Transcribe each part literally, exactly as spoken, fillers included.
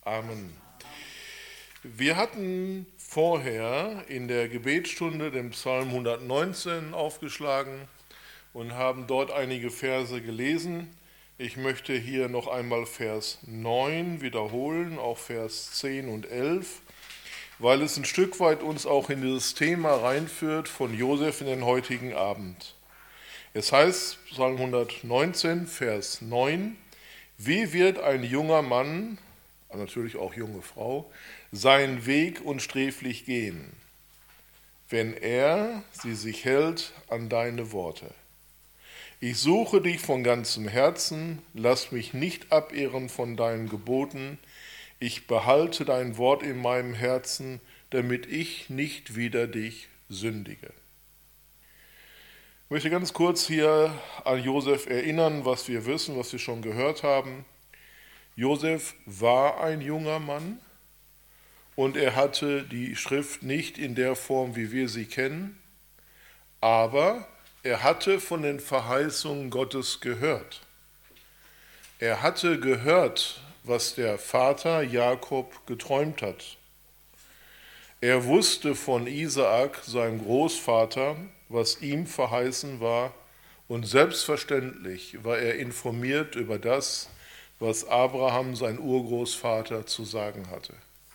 Amen. Wir hatten vorher in der Gebetsstunde den Psalm hundertneunzehn aufgeschlagen und haben dort einige Verse gelesen. Ich möchte hier noch einmal Vers neun wiederholen, auch Vers zehn und elf, weil es ein Stück weit uns auch in dieses Thema reinführt von Josef in den heutigen Abend. Es heißt, Psalm hundertneunzehn, Vers neun, wie wird ein junger Mann, natürlich auch junge Frau, seinen Weg unsträflich gehen, wenn er sie sich hält an deine Worte. Ich suche dich von ganzem Herzen, lass mich nicht abirren von deinen Geboten. Ich behalte dein Wort in meinem Herzen, damit ich nicht wider dich sündige. Ich möchte ganz kurz hier an Josef erinnern, was wir wissen, was wir schon gehört haben. Josef war ein junger Mann und er hatte die Schrift nicht in der Form, wie wir sie kennen, aber er hatte von den Verheißungen Gottes gehört. Er hatte gehört, was der Vater Jakob geträumt hat. Er wusste von Isaak, seinem Großvater, was ihm verheißen war, und selbstverständlich war er informiert über das, was Abraham, sein Urgroßvater, zu sagen hatte.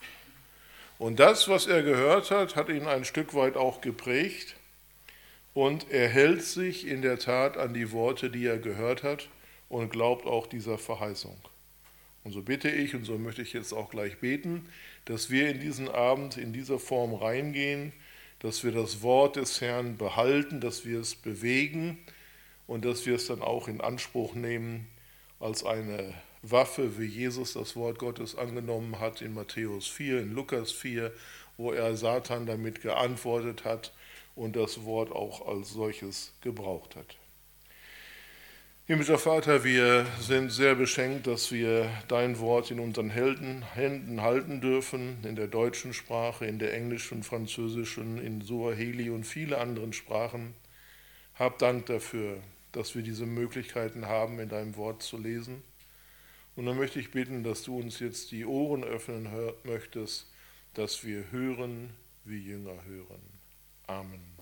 Und das, was er gehört hat, hat ihn ein Stück weit auch geprägt und er hält sich in der Tat an die Worte, die er gehört hat und glaubt auch dieser Verheißung. Und so bitte ich, und so möchte ich jetzt auch gleich beten, dass wir in diesen Abend in dieser Form reingehen, dass wir das Wort des Herrn behalten, dass wir es bewegen und dass wir es dann auch in Anspruch nehmen als eine Waffe, wie Jesus das Wort Gottes angenommen hat in Matthäus vier, in Lukas vier, wo er Satan damit geantwortet hat und das Wort auch als solches gebraucht hat. Himmlischer Vater, wir sind sehr beschenkt, dass wir dein Wort in unseren Händen halten dürfen, in der deutschen Sprache, in der englischen, französischen, in Suaheli und viele anderen Sprachen. Hab Dank dafür, dass wir diese Möglichkeiten haben, in deinem Wort zu lesen. Und dann möchte ich bitten, dass du uns jetzt die Ohren öffnen möchtest, dass wir hören, wie Jünger hören. Amen.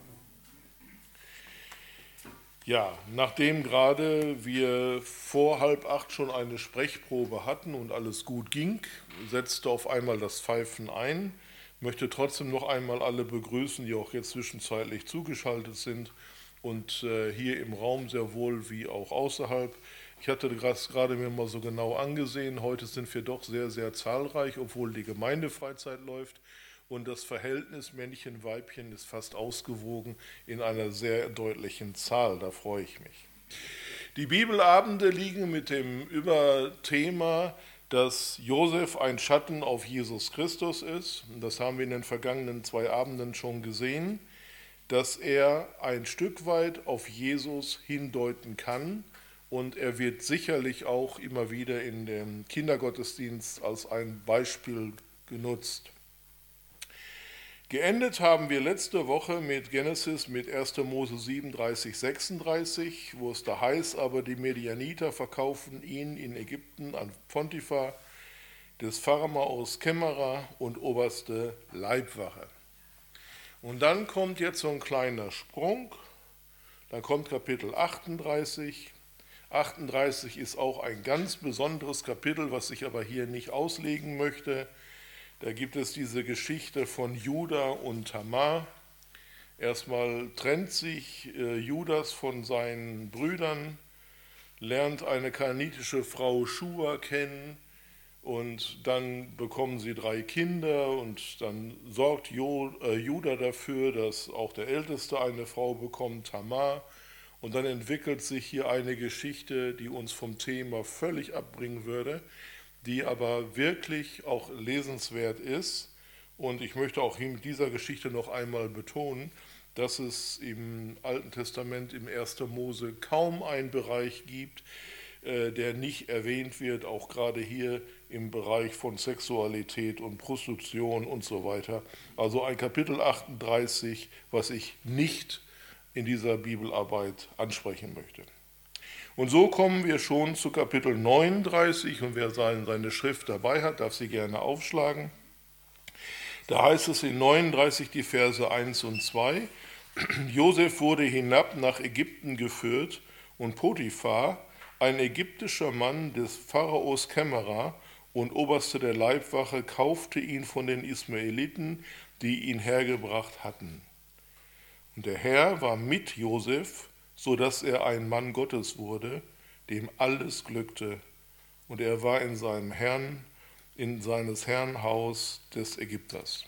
Ja, nachdem gerade wir vor halb acht schon eine Sprechprobe hatten und alles gut ging, setzte auf einmal das Pfeifen ein. Ich möchte trotzdem noch einmal alle begrüßen, die auch jetzt zwischenzeitlich zugeschaltet sind und äh, hier im Raum sehr wohl wie auch außerhalb. Ich hatte das gerade mir mal so genau angesehen. Heute sind wir doch sehr, sehr zahlreich, obwohl die Gemeindefreizeit läuft. Und das Verhältnis Männchen-Weibchen ist fast ausgewogen in einer sehr deutlichen Zahl. Da freue ich mich. Die Bibelabende liegen mit dem Überthema, dass Josef ein Schatten auf Jesus Christus ist. Das haben wir in den vergangenen zwei Abenden schon gesehen, dass er ein Stück weit auf Jesus hindeuten kann. Und er wird sicherlich auch immer wieder in dem Kindergottesdienst als ein Beispiel genutzt. Geendet haben wir letzte Woche mit Genesis, mit erster Mose siebenunddreißig, sechsunddreißig, wo es da heißt, aber die Medianiter verkaufen ihn in Ägypten an Potiphar, des Pharao Kämmerer und oberste Leibwache. Und dann kommt jetzt so ein kleiner Sprung, dann kommt Kapitel achtunddreißig. achtunddreißig ist auch ein ganz besonderes Kapitel, was ich aber hier nicht auslegen möchte. Da gibt es diese Geschichte von Juda und Tamar. Erstmal trennt sich äh, Judas von seinen Brüdern, lernt eine kanaanitische Frau Schua kennen und dann bekommen sie drei Kinder und dann sorgt Jo, äh, Juda dafür, dass auch der Älteste eine Frau bekommt, Tamar. Und dann entwickelt sich hier eine Geschichte, die uns vom Thema völlig abbringen würde, die aber wirklich auch lesenswert ist. Und ich möchte auch mit dieser Geschichte noch einmal betonen, dass es im Alten Testament, im ersten Mose, kaum einen Bereich gibt, der nicht erwähnt wird, auch gerade hier im Bereich von Sexualität und Prostitution und so weiter. Also ein Kapitel achtunddreißig, was ich nicht in dieser Bibelarbeit ansprechen möchte. Und so kommen wir schon zu Kapitel neununddreißig, und wer seine Schrift dabei hat, darf sie gerne aufschlagen. Da heißt es in neununddreißig die Verse eins und zwei, Josef wurde hinab nach Ägypten geführt und Potiphar, ein ägyptischer Mann des Pharaos Kämmerer und Oberste der Leibwache, kaufte ihn von den Ismaeliten, die ihn hergebracht hatten. Und der Herr war mit Josef, so dass er ein Mann Gottes wurde, dem alles glückte, und er war in seinem Herrn, in seines Herrn Haus des Ägypters.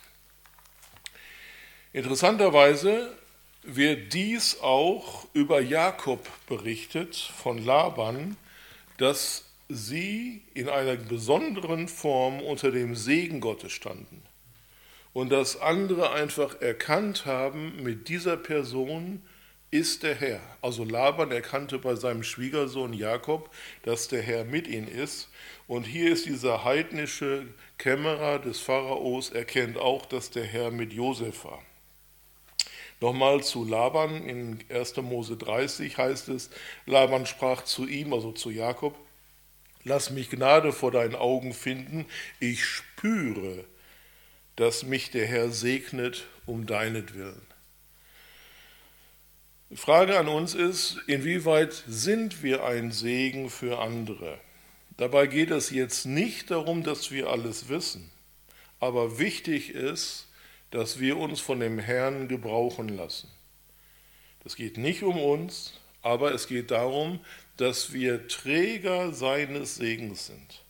Interessanterweise wird dies auch über Jakob berichtet von Laban, dass sie in einer besonderen Form unter dem Segen Gottes standen und dass andere einfach erkannt haben, mit dieser Person ist der Herr. Also Laban erkannte bei seinem Schwiegersohn Jakob, dass der Herr mit ihm ist. Und hier ist dieser heidnische Kämmerer des Pharaos, erkennt auch, dass der Herr mit Josef war. Nochmal zu Laban, in erster Mose dreißig heißt es, Laban sprach zu ihm, also zu Jakob, lass mich Gnade vor deinen Augen finden, ich spüre, dass mich der Herr segnet um deinetwillen. Die Frage an uns ist, inwieweit sind wir ein Segen für andere? Dabei geht es jetzt nicht darum, dass wir alles wissen, aber wichtig ist, dass wir uns von dem Herrn gebrauchen lassen. Das geht nicht um uns, aber es geht darum, dass wir Träger seines Segens sind.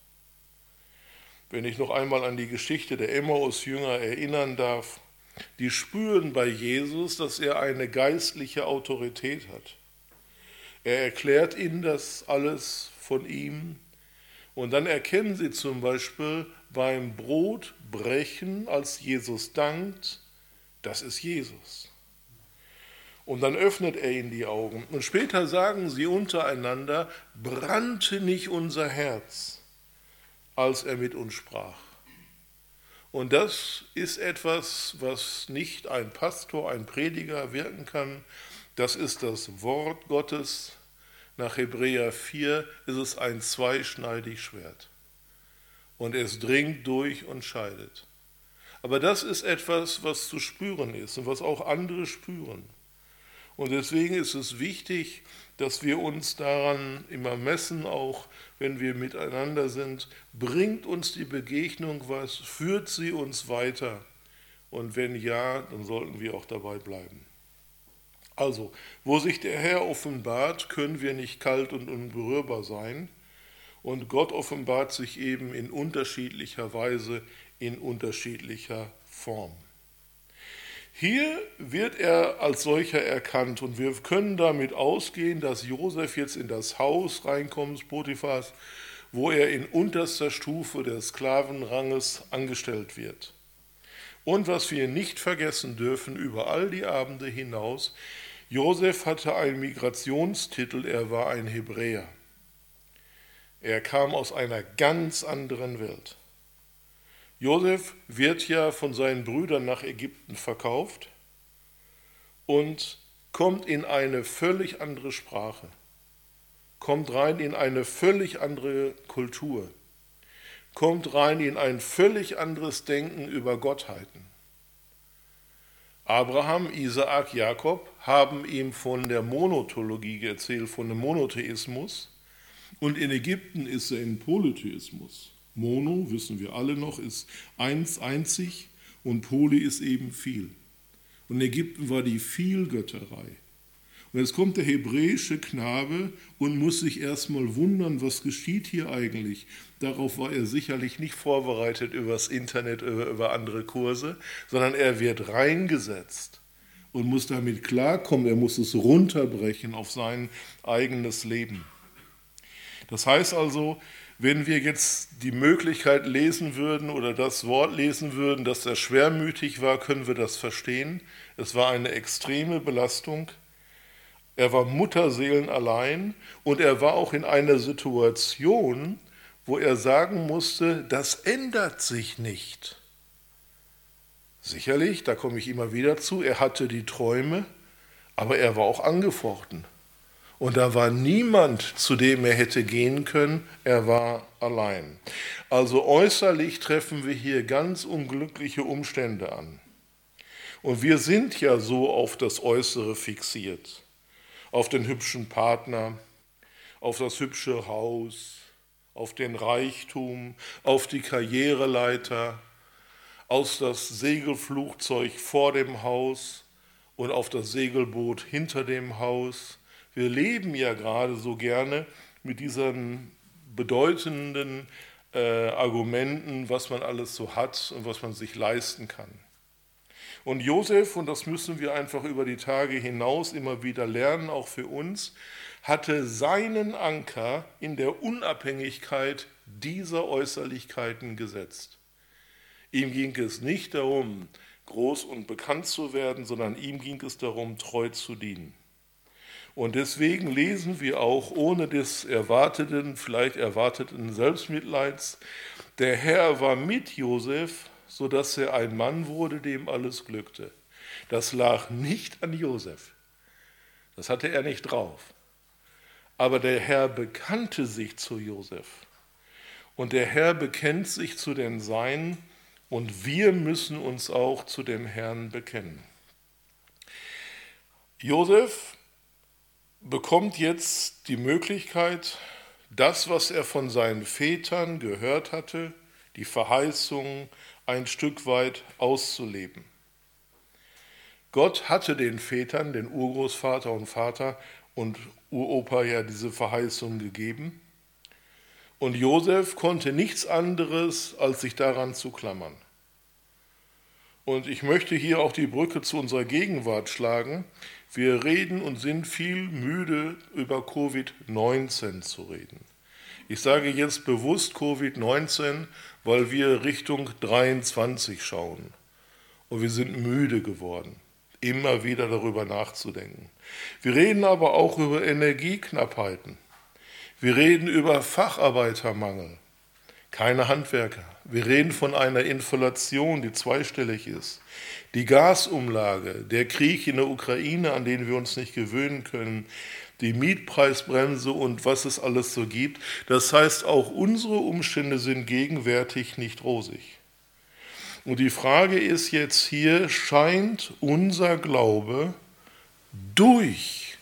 Wenn ich noch einmal an die Geschichte der Emmaus-Jünger erinnern darf, die spüren bei Jesus, dass er eine geistliche Autorität hat. Er erklärt ihnen das alles von ihm und dann erkennen sie zum Beispiel beim Brotbrechen, als Jesus dankt, das ist Jesus. Und dann öffnet er ihnen die Augen. Und später sagen sie untereinander, brannte nicht unser Herz, als er mit uns sprach. Und das ist etwas, was nicht ein Pastor, ein Prediger wirken kann. Das ist das Wort Gottes. Nach Hebräer vier ist es ein zweischneidiges Schwert. Und es dringt durch und scheidet. Aber das ist etwas, was zu spüren ist und was auch andere spüren. Und deswegen ist es wichtig, dass wir uns daran immer messen, auch wenn wir miteinander sind. Bringt uns die Begegnung was? Führt sie uns weiter? Und wenn ja, dann sollten wir auch dabei bleiben. Also, wo sich der Herr offenbart, können wir nicht kalt und unberührbar sein. Und Gott offenbart sich eben in unterschiedlicher Weise, in unterschiedlicher Form. Hier wird er als solcher erkannt und wir können damit ausgehen, dass Josef jetzt in das Haus reinkommt, Potiphars, wo er in unterster Stufe des Sklavenranges angestellt wird. Und was wir nicht vergessen dürfen, über all die Abende hinaus, Josef hatte einen Migrationstitel, er war ein Hebräer. Er kam aus einer ganz anderen Welt. Josef wird ja von seinen Brüdern nach Ägypten verkauft und kommt in eine völlig andere Sprache, kommt rein in eine völlig andere Kultur, kommt rein in ein völlig anderes Denken über Gottheiten. Abraham, Isaak, Jakob haben ihm von der Monotologie erzählt, von dem Monotheismus, und in Ägypten ist er in Polytheismus. Mono, wissen wir alle noch, ist eins, einzig und Poly ist eben viel. Und in Ägypten war die Vielgötterei. Und jetzt kommt der hebräische Knabe und muss sich erstmal wundern, was geschieht hier eigentlich. Darauf war er sicherlich nicht vorbereitet über das Internet, über, über andere Kurse, sondern er wird reingesetzt und muss damit klarkommen, er muss es runterbrechen auf sein eigenes Leben. Das heißt also, wenn wir jetzt die Möglichkeit lesen würden oder das Wort lesen würden, dass er schwermütig war, können wir das verstehen. Es war eine extreme Belastung. Er war mutterseelenallein und er war auch in einer Situation, wo er sagen musste, das ändert sich nicht. Sicherlich, da komme ich immer wieder zu, er hatte die Träume, aber er war auch angefochten. Und da war niemand, zu dem er hätte gehen können, er war allein. Also äußerlich treffen wir hier ganz unglückliche Umstände an. Und wir sind ja so auf das Äußere fixiert, auf den hübschen Partner, auf das hübsche Haus, auf den Reichtum, auf die Karriereleiter, auf das Segelflugzeug vor dem Haus und auf das Segelboot hinter dem Haus. Wir leben ja gerade so gerne mit diesen bedeutenden äh, Argumenten, was man alles so hat und was man sich leisten kann. Und Josef, und das müssen wir einfach über die Tage hinaus immer wieder lernen, auch für uns, hatte seinen Anker in der Unabhängigkeit dieser Äußerlichkeiten gesetzt. Ihm ging es nicht darum, groß und bekannt zu werden, sondern ihm ging es darum, treu zu dienen. Und deswegen lesen wir auch ohne des erwarteten, vielleicht erwarteten Selbstmitleids, der Herr war mit Josef, sodass er ein Mann wurde, dem alles glückte. Das lag nicht an Josef. Das hatte er nicht drauf. Aber der Herr bekannte sich zu Josef. Und der Herr bekennt sich zu den Seinen und wir müssen uns auch zu dem Herrn bekennen. Josef bekommt jetzt die Möglichkeit, das, was er von seinen Vätern gehört hatte, die Verheißungen ein Stück weit auszuleben. Gott hatte den Vätern, den Urgroßvater und Vater und Uropa ja diese Verheißung gegeben. Und Josef konnte nichts anderes, als sich daran zu klammern. Und ich möchte hier auch die Brücke zu unserer Gegenwart schlagen. Wir reden und sind viel müde, über Covid neunzehn zu reden. Ich sage jetzt bewusst Covid neunzehn, weil wir Richtung dreiundzwanzig schauen. Und wir sind müde geworden, immer wieder darüber nachzudenken. Wir reden aber auch über Energieknappheiten. Wir reden über Facharbeitermangel, keine Handwerker. Wir reden von einer Inflation, die zweistellig ist. Die Gasumlage, der Krieg in der Ukraine, an den wir uns nicht gewöhnen können, die Mietpreisbremse und was es alles so gibt. Das heißt, auch unsere Umstände sind gegenwärtig nicht rosig. Und die Frage ist jetzt hier, scheint unser Glaube durch?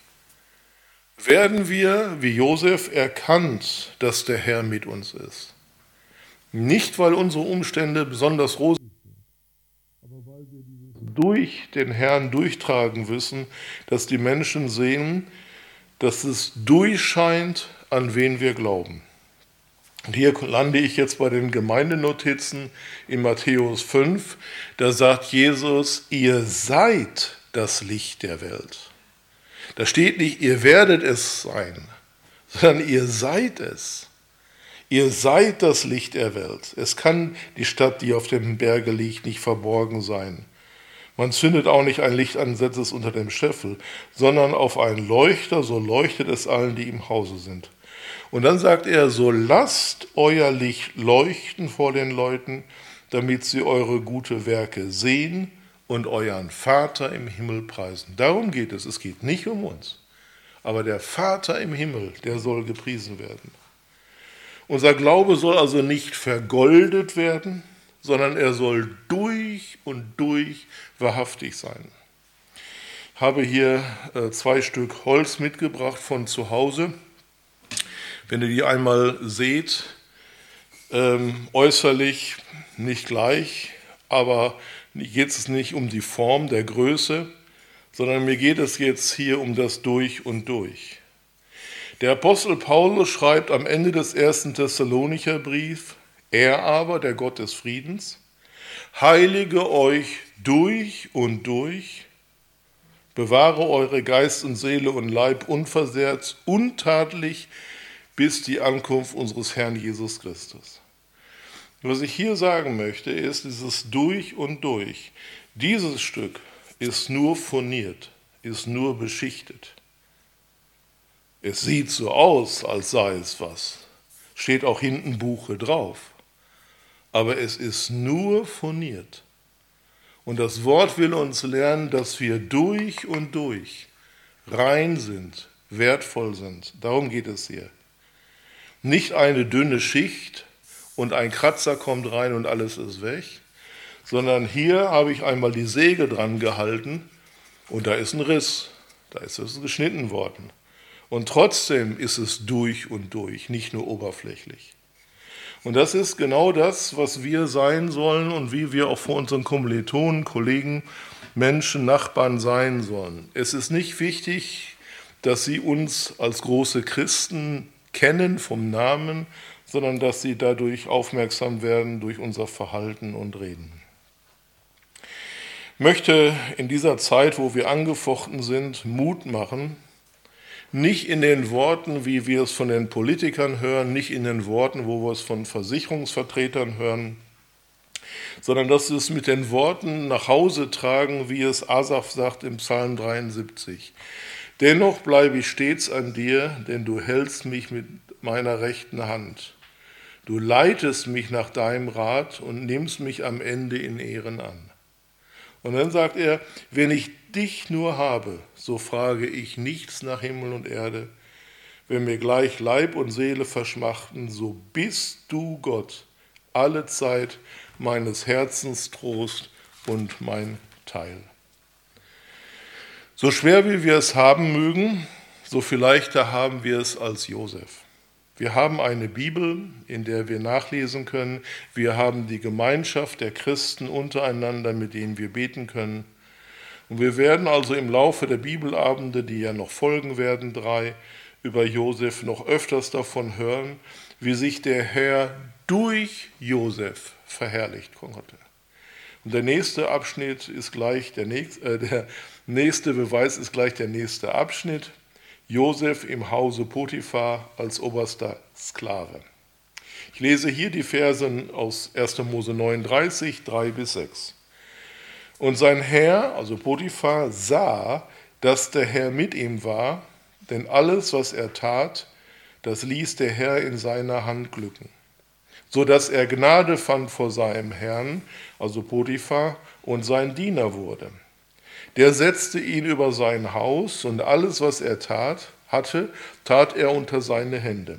Werden wir, wie Josef, erkannt, dass der Herr mit uns ist? Nicht, weil unsere Umstände besonders rosig sind, aber weil wir dieses durch den Herrn durchtragen wissen, dass die Menschen sehen, dass es durchscheint, an wen wir glauben. Und hier lande ich jetzt bei den Gemeindenotizen in Matthäus fünf. Da sagt Jesus, ihr seid das Licht der Welt. Da steht nicht, ihr werdet es sein, sondern ihr seid es. Ihr seid das Licht der Welt. Es kann die Stadt, die auf dem Berge liegt, nicht verborgen sein. Man zündet auch nicht ein Licht an, setzt es unter dem Scheffel, sondern auf einen Leuchter, so leuchtet es allen, die im Hause sind. Und dann sagt er, so lasst euer Licht leuchten vor den Leuten, damit sie eure gute Werke sehen und euren Vater im Himmel preisen. Darum geht es, es geht nicht um uns. Aber der Vater im Himmel, der soll gepriesen werden. Unser Glaube soll also nicht vergoldet werden, sondern er soll durch und durch wahrhaftig sein. Ich habe hier zwei Stück Holz mitgebracht von zu Hause. Wenn ihr die einmal seht, ähm, äußerlich nicht gleich, aber geht es nicht um die Form der Größe, sondern mir geht es jetzt hier um das Durch und Durch. Der Apostel Paulus schreibt am Ende des ersten Thessalonicher Brief, er aber, der Gott des Friedens, heilige euch durch und durch, bewahre eure Geist und Seele und Leib unversehrt, untadelig, bis die Ankunft unseres Herrn Jesus Christus. Was ich hier sagen möchte, ist dieses Durch und Durch. Dieses Stück ist nur furniert, ist nur beschichtet. Es sieht so aus, als sei es was. Steht auch hinten Buche drauf. Aber es ist nur furniert. Und das Wort will uns lernen, dass wir durch und durch rein sind, wertvoll sind. Darum geht es hier. Nicht eine dünne Schicht und ein Kratzer kommt rein und alles ist weg, sondern hier habe ich einmal die Säge dran gehalten und da ist ein Riss, da ist es geschnitten worden. Und trotzdem ist es durch und durch, nicht nur oberflächlich. Und das ist genau das, was wir sein sollen und wie wir auch vor unseren Kommilitonen, Kollegen, Menschen, Nachbarn sein sollen. Es ist nicht wichtig, dass sie uns als große Christen kennen vom Namen, sondern dass sie dadurch aufmerksam werden durch unser Verhalten und Reden. Ich möchte in dieser Zeit, wo wir angefochten sind, Mut machen, nicht in den Worten, wie wir es von den Politikern hören, nicht in den Worten, wo wir es von Versicherungsvertretern hören, sondern dass wir es mit den Worten nach Hause tragen, wie es Asaf sagt im Psalm dreiundsiebzig. Dennoch bleibe ich stets an dir, denn du hältst mich mit meiner rechten Hand. Du leitest mich nach deinem Rat und nimmst mich am Ende in Ehren an. Und dann sagt er, wenn ich dich nur habe, so frage ich nichts nach Himmel und Erde. Wenn mir gleich Leib und Seele verschmachten, so bist du, Gott, alle Zeit meines Herzens Trost und mein Teil. So schwer wie wir es haben mögen, so viel leichter haben wir es als Josef. Wir haben eine Bibel, in der wir nachlesen können. Wir haben die Gemeinschaft der Christen untereinander, mit denen wir beten können. Und wir werden also im Laufe der Bibelabende, die ja noch folgen werden, drei, über Josef noch öfters davon hören, wie sich der Herr durch Josef verherrlicht konnte. Und der nächste Abschnitt ist gleich der nächste, äh, der nächste Beweis ist gleich der nächste Abschnitt. Josef im Hause Potiphar als oberster Sklave. Ich lese hier die Verse aus erster Mose neununddreißig, drei bis sechs. Und sein Herr, also Potiphar, sah, dass der Herr mit ihm war, denn alles, was er tat, das ließ der Herr in seiner Hand glücken, so dass er Gnade fand vor seinem Herrn, also Potiphar, und sein Diener wurde. Der setzte ihn über sein Haus und alles, was er tat, hatte, tat er unter seine Hände.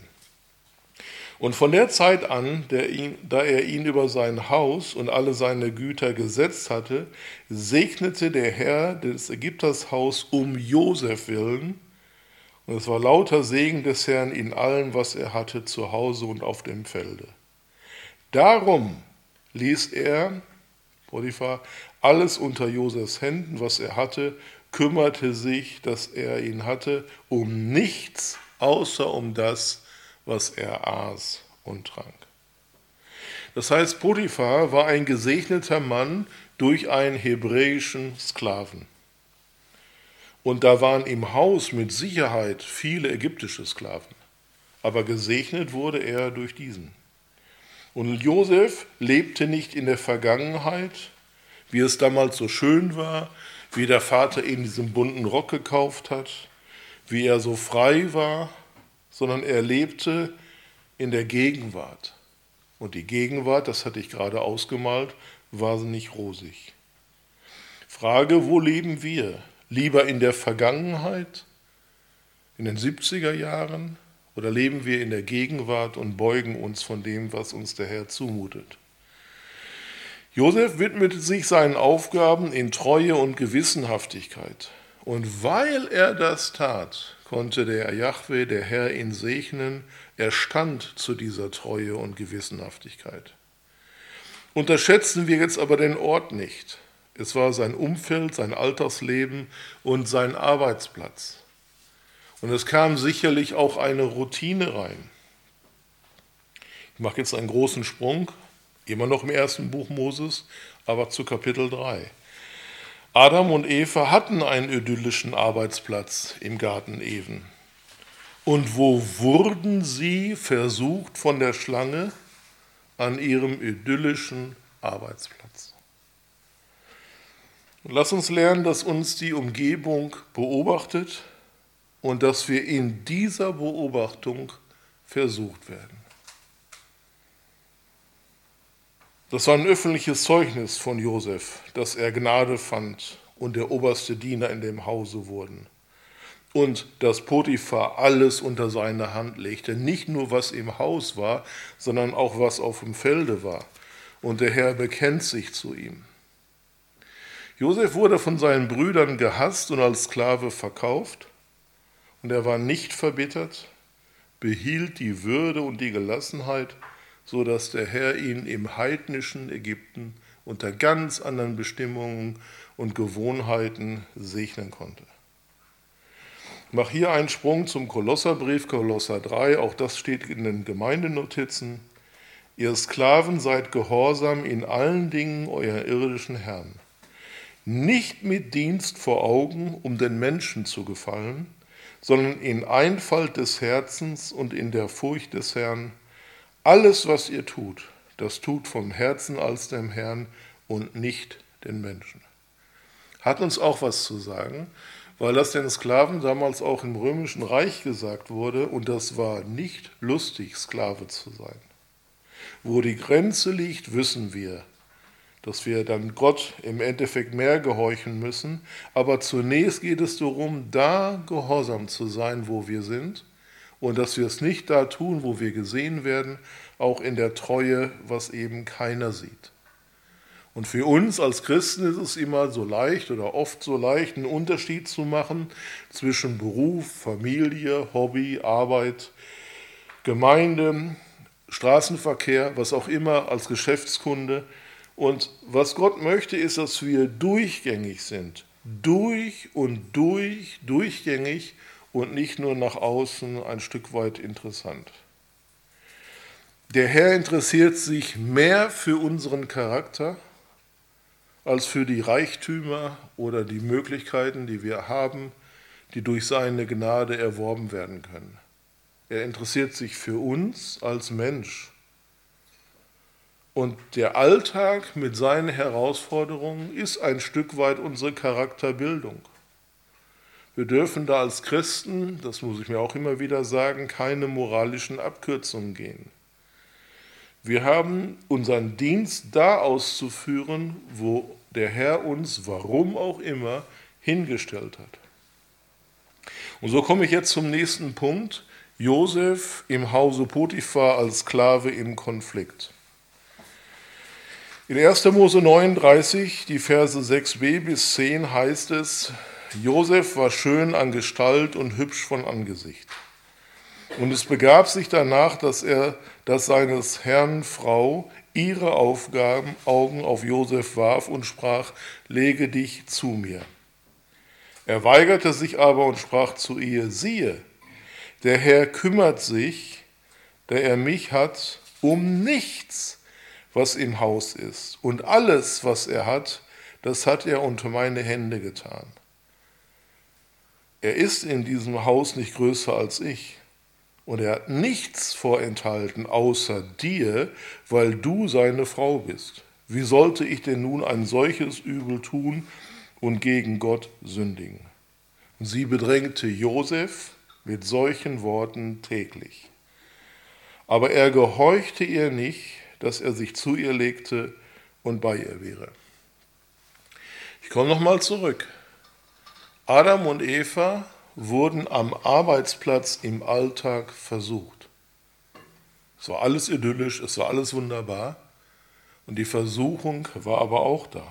Und von der Zeit an, der ihn, da er ihn über sein Haus und alle seine Güter gesetzt hatte, segnete der Herr des Ägypters Haus um Josef willen. Und es war lauter Segen des Herrn in allem, was er hatte, zu Hause und auf dem Felde. Darum ließ er, Potiphar, alles unter Josefs Händen, was er hatte, kümmerte sich, dass er ihn hatte, um nichts außer um das, was er aß und trank. Das heißt, Potiphar war ein gesegneter Mann durch einen hebräischen Sklaven. Und da waren im Haus mit Sicherheit viele ägyptische Sklaven, aber gesegnet wurde er durch diesen. Und Josef lebte nicht in der Vergangenheit, wie es damals so schön war, wie der Vater ihm diesen bunten Rock gekauft hat, wie er so frei war, sondern er lebte in der Gegenwart. Und die Gegenwart, das hatte ich gerade ausgemalt, war nicht rosig. Frage, wo leben wir? Lieber in der Vergangenheit, in den siebziger Jahren, oder leben wir in der Gegenwart und beugen uns von dem, was uns der Herr zumutet? Josef widmete sich seinen Aufgaben in Treue und Gewissenhaftigkeit. Und weil er das tat, konnte der Jahwe, der Herr, ihn segnen. Er stand zu dieser Treue und Gewissenhaftigkeit. Unterschätzen wir jetzt aber den Ort nicht. Es war sein Umfeld, sein Alltagsleben und sein Arbeitsplatz. Und es kam sicherlich auch eine Routine rein. Ich mache jetzt einen großen Sprung, immer noch im ersten Buch Moses, aber zu Kapitel drei. Adam und Eva hatten einen idyllischen Arbeitsplatz im Garten Eden. Und wo wurden sie versucht von der Schlange? An ihrem idyllischen Arbeitsplatz. Und lass uns lernen, dass uns die Umgebung beobachtet und dass wir in dieser Beobachtung versucht werden. Das war ein öffentliches Zeugnis von Josef, dass er Gnade fand und der oberste Diener in dem Hause wurden. und dass Potiphar alles unter seine Hand legte, nicht nur was im Haus war, sondern auch was auf dem Felde war. Und der Herr bekennt sich zu ihm. Josef wurde von seinen Brüdern gehasst und als Sklave verkauft, und er war nicht verbittert, behielt die Würde und die Gelassenheit, so dass der Herr ihn im heidnischen Ägypten unter ganz anderen Bestimmungen und Gewohnheiten segnen konnte. Ich mache hier einen Sprung zum Kolosserbrief, Kolosser drei, auch das steht in den Gemeindenotizen. Ihr Sklaven seid gehorsam in allen Dingen euer irdischen Herrn, nicht mit Dienst vor Augen, um den Menschen zu gefallen, sondern in Einfalt des Herzens und in der Furcht des Herrn. Alles, was ihr tut, das tut vom Herzen als dem Herrn und nicht den Menschen. Hat uns auch was zu sagen, weil das den Sklaven damals auch im Römischen Reich gesagt wurde, und das war nicht lustig, Sklave zu sein. Wo die Grenze liegt, wissen wir, dass wir dann Gott im Endeffekt mehr gehorchen müssen, aber zunächst geht es darum, da gehorsam zu sein, wo wir sind, und dass wir es nicht da tun, wo wir gesehen werden, auch in der Treue, was eben keiner sieht. Und für uns als Christen ist es immer so leicht oder oft so leicht, einen Unterschied zu machen zwischen Beruf, Familie, Hobby, Arbeit, Gemeinde, Straßenverkehr, was auch immer, als Geschäftskunde. Und was Gott möchte, ist, dass wir durchgängig sind. Durch und durch, durchgängig und nicht nur nach außen ein Stück weit interessant. Der Herr interessiert sich mehr für unseren Charakter als für die Reichtümer oder die Möglichkeiten, die wir haben, die durch seine Gnade erworben werden können. Er interessiert sich für uns als Mensch. Und der Alltag mit seinen Herausforderungen ist ein Stück weit unsere Charakterbildung. Wir dürfen da als Christen, das muss ich mir auch immer wieder sagen, keine moralischen Abkürzungen gehen. Wir haben unseren Dienst da auszuführen, wo der Herr uns, warum auch immer, hingestellt hat. Und so komme ich jetzt zum nächsten Punkt. Josef im Hause Potiphar als Sklave im Konflikt. In erster Mose neununddreißig, die Verse sechs b bis zehn heißt es, Josef war schön an Gestalt und hübsch von Angesicht. Und es begab sich danach, dass er, dass seines Herrn Frau ihre Aufgaben, Augen auf Josef warf und sprach, lege dich zu mir. Er weigerte sich aber und sprach zu ihr, siehe, der Herr kümmert sich, der er mich hat, um nichts, was im Haus ist. Und alles, was er hat, das hat er unter meine Hände getan. Er ist in diesem Haus nicht größer als ich. Und er hat nichts vorenthalten außer dir, weil du seine Frau bist. Wie sollte ich denn nun ein solches Übel tun und gegen Gott sündigen? Und sie bedrängte Josef mit solchen Worten täglich. Aber er gehorchte ihr nicht, dass er sich zu ihr legte und bei ihr wäre. Ich komme nochmal zurück. Adam und Eva wurden am Arbeitsplatz im Alltag versucht. Es war alles idyllisch, es war alles wunderbar und die Versuchung war aber auch da.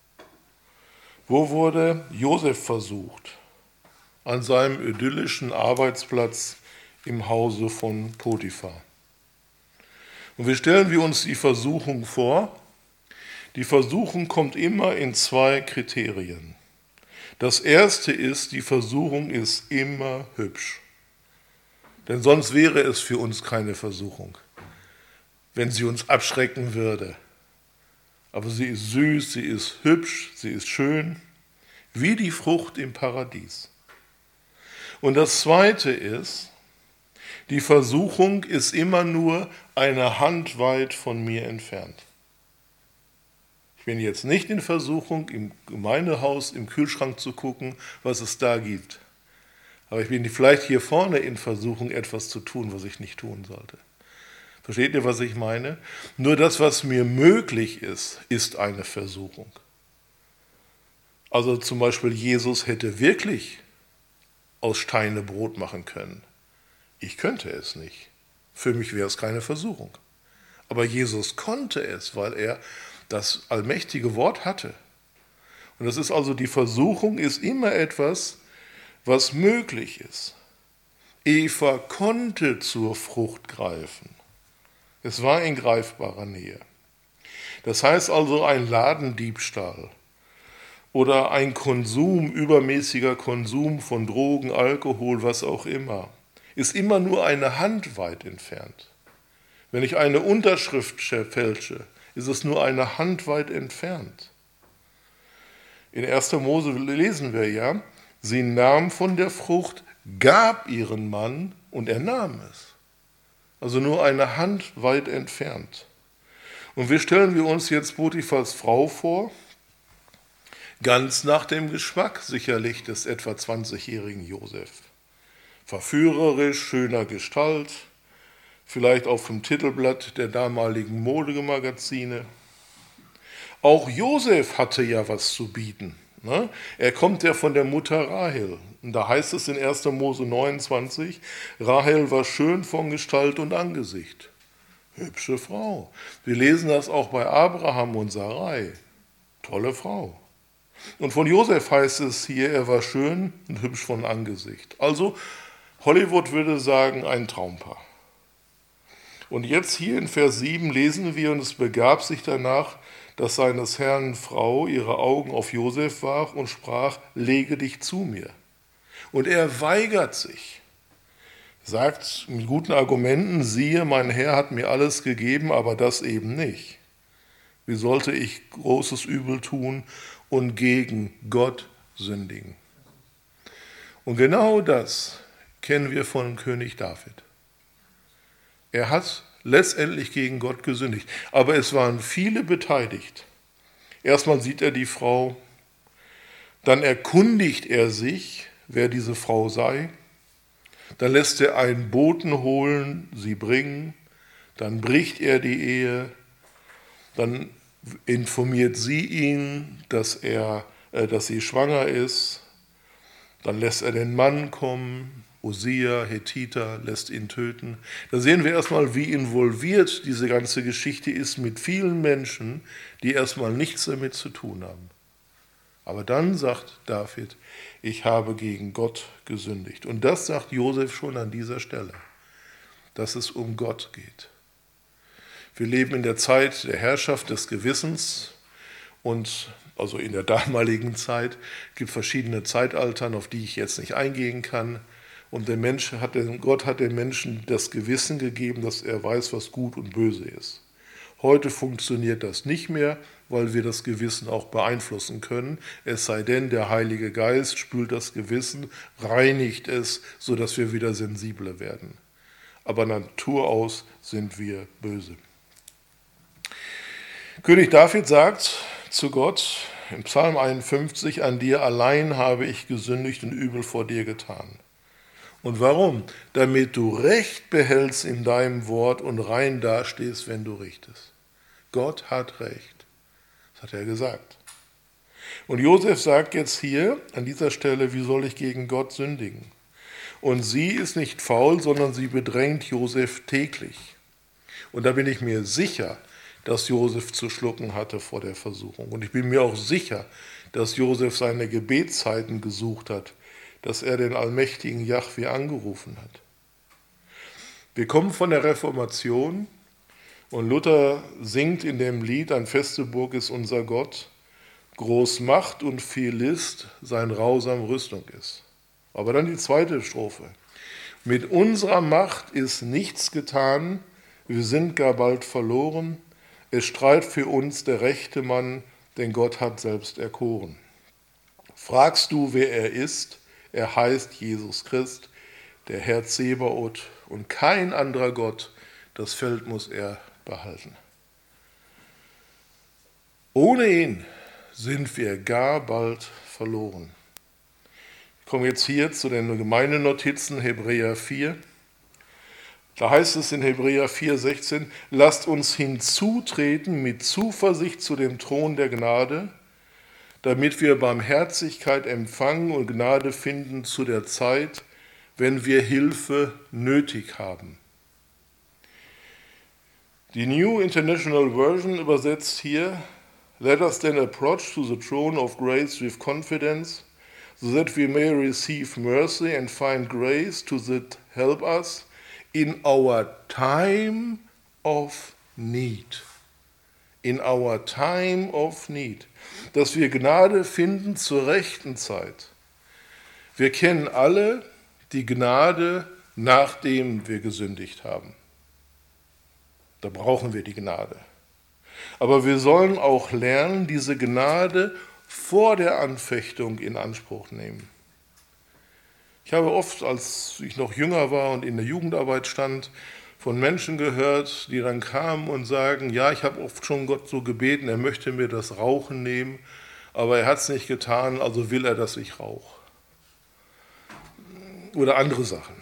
Wo wurde Josef versucht? An seinem idyllischen Arbeitsplatz im Hause von Potiphar. Und wie stellen wir uns die Versuchung vor? Die Versuchung kommt immer in zwei Kriterien. Das erste ist, die Versuchung ist immer hübsch. Denn sonst wäre es für uns keine Versuchung, wenn sie uns abschrecken würde. Aber sie ist süß, sie ist hübsch, sie ist schön, wie die Frucht im Paradies. Und das zweite ist, die Versuchung ist immer nur eine Hand weit von mir entfernt. Ich bin jetzt nicht in Versuchung, im Gemeindehaus, im Kühlschrank zu gucken, was es da gibt. Aber ich bin vielleicht hier vorne in Versuchung, etwas zu tun, was ich nicht tun sollte. Versteht ihr, was ich meine? Nur das, was mir möglich ist, ist eine Versuchung. Also zum Beispiel, Jesus hätte wirklich aus Steine Brot machen können. Ich könnte es nicht. Für mich wäre es keine Versuchung. Aber Jesus konnte es, weil er das allmächtige Wort hatte. Und das ist also, die Versuchung ist immer etwas, was möglich ist. Eva konnte zur Frucht greifen. Es war in greifbarer Nähe. Das heißt also, ein Ladendiebstahl oder ein Konsum, übermäßiger Konsum von Drogen, Alkohol, was auch immer, ist immer nur eine Hand weit entfernt. Wenn ich eine Unterschrift fälsche, ist es nur eine Hand weit entfernt. In erster Mose lesen wir ja, sie nahm von der Frucht, gab ihren Mann und er nahm es. Also nur eine Hand weit entfernt. Und wie stellen wir uns jetzt Potiphars Frau vor? Ganz nach dem Geschmack sicherlich des etwa zwanzigjährigen Josef. Verführerisch, schöner Gestalt, vielleicht auf dem Titelblatt der damaligen Modemagazine. Auch Josef hatte ja was zu bieten. Ne? Er kommt ja von der Mutter Rahel. Und da heißt es in erster Mose neunundzwanzig, Rahel war schön von Gestalt und Angesicht. Hübsche Frau. Wir lesen das auch bei Abraham und Sarai. Tolle Frau. Und von Josef heißt es hier, er war schön und hübsch von Angesicht. Also Hollywood würde sagen, ein Traumpaar. Und jetzt hier in Vers sieben lesen wir, und es begab sich danach, dass seines Herrn Frau ihre Augen auf Josef warf und sprach, lege dich zu mir. Und er weigert sich, sagt mit guten Argumenten, siehe, mein Herr hat mir alles gegeben, aber das eben nicht. Wie sollte ich großes Übel tun und gegen Gott sündigen? Und genau das kennen wir von König David. Er hat letztendlich gegen Gott gesündigt, aber es waren viele beteiligt. Erstmal sieht er die Frau, dann erkundigt er sich, wer diese Frau sei, dann lässt er einen Boten holen, sie bringen, dann bricht er die Ehe, dann informiert sie ihn, dass, er, äh, dass sie schwanger ist, dann lässt er den Mann kommen, Usia, Hethiter, lässt ihn töten. Da sehen wir erstmal, wie involviert diese ganze Geschichte ist mit vielen Menschen, die erstmal nichts damit zu tun haben. Aber dann sagt David, ich habe gegen Gott gesündigt. Und das sagt Josef schon an dieser Stelle, dass es um Gott geht. Wir leben in der Zeit der Herrschaft des Gewissens und also in der damaligen Zeit gibt verschiedene Zeitaltern, auf die ich jetzt nicht eingehen kann. Und der Mensch hat, Gott hat dem Menschen das Gewissen gegeben, dass er weiß, was gut und böse ist. Heute funktioniert das nicht mehr, weil wir das Gewissen auch beeinflussen können. Es sei denn, der Heilige Geist spült das Gewissen, reinigt es, sodass wir wieder sensibler werden. Aber Natur aus sind wir böse. König David sagt zu Gott im Psalm einundfünfzig, an dir allein habe ich gesündigt und übel vor dir getan. Und warum? Damit du Recht behältst in deinem Wort und rein dastehst, wenn du richtest. Gott hat Recht. Das hat er gesagt. Und Josef sagt jetzt hier an dieser Stelle, wie soll ich gegen Gott sündigen? Und sie ist nicht faul, sondern sie bedrängt Josef täglich. Und da bin ich mir sicher, dass Josef zu schlucken hatte vor der Versuchung. Und ich bin mir auch sicher, dass Josef seine Gebetszeiten gesucht hat, dass er den allmächtigen Jahwe angerufen hat. Wir kommen von der Reformation und Luther singt in dem Lied, ein feste Burg ist unser Gott, groß Macht und viel List, sein Rausam Rüstung ist. Aber dann die zweite Strophe. Mit unserer Macht ist nichts getan, wir sind gar bald verloren, es streit für uns der rechte Mann, denn Gott hat selbst erkoren. Fragst du, wer er ist? Er heißt Jesus Christ, der Herr Zebaoth, und kein anderer Gott, das Feld muss er behalten. Ohne ihn sind wir gar bald verloren. Ich komme jetzt hier zu den Gemeindenotizen Hebräer vier. Da heißt es in Hebräer vier sechzehn, lasst uns hinzutreten mit Zuversicht zu dem Thron der Gnade, damit wir Barmherzigkeit empfangen und Gnade finden zu der Zeit, wenn wir Hilfe nötig haben. Die New International Version übersetzt hier: Let us then approach to the throne of grace with confidence, so that we may receive mercy and find grace to that help us in our time of need. In our time of need. Dass wir Gnade finden zur rechten Zeit. Wir kennen alle die Gnade, nachdem wir gesündigt haben. Da brauchen wir die Gnade. Aber wir sollen auch lernen, diese Gnade vor der Anfechtung in Anspruch nehmen. Ich habe oft, als ich noch jünger war und in der Jugendarbeit stand, von Menschen gehört, die dann kamen und sagen, ja, ich habe oft schon Gott so gebeten, er möchte mir das Rauchen nehmen, aber er hat es nicht getan, also will er, dass ich rauche. Oder andere Sachen.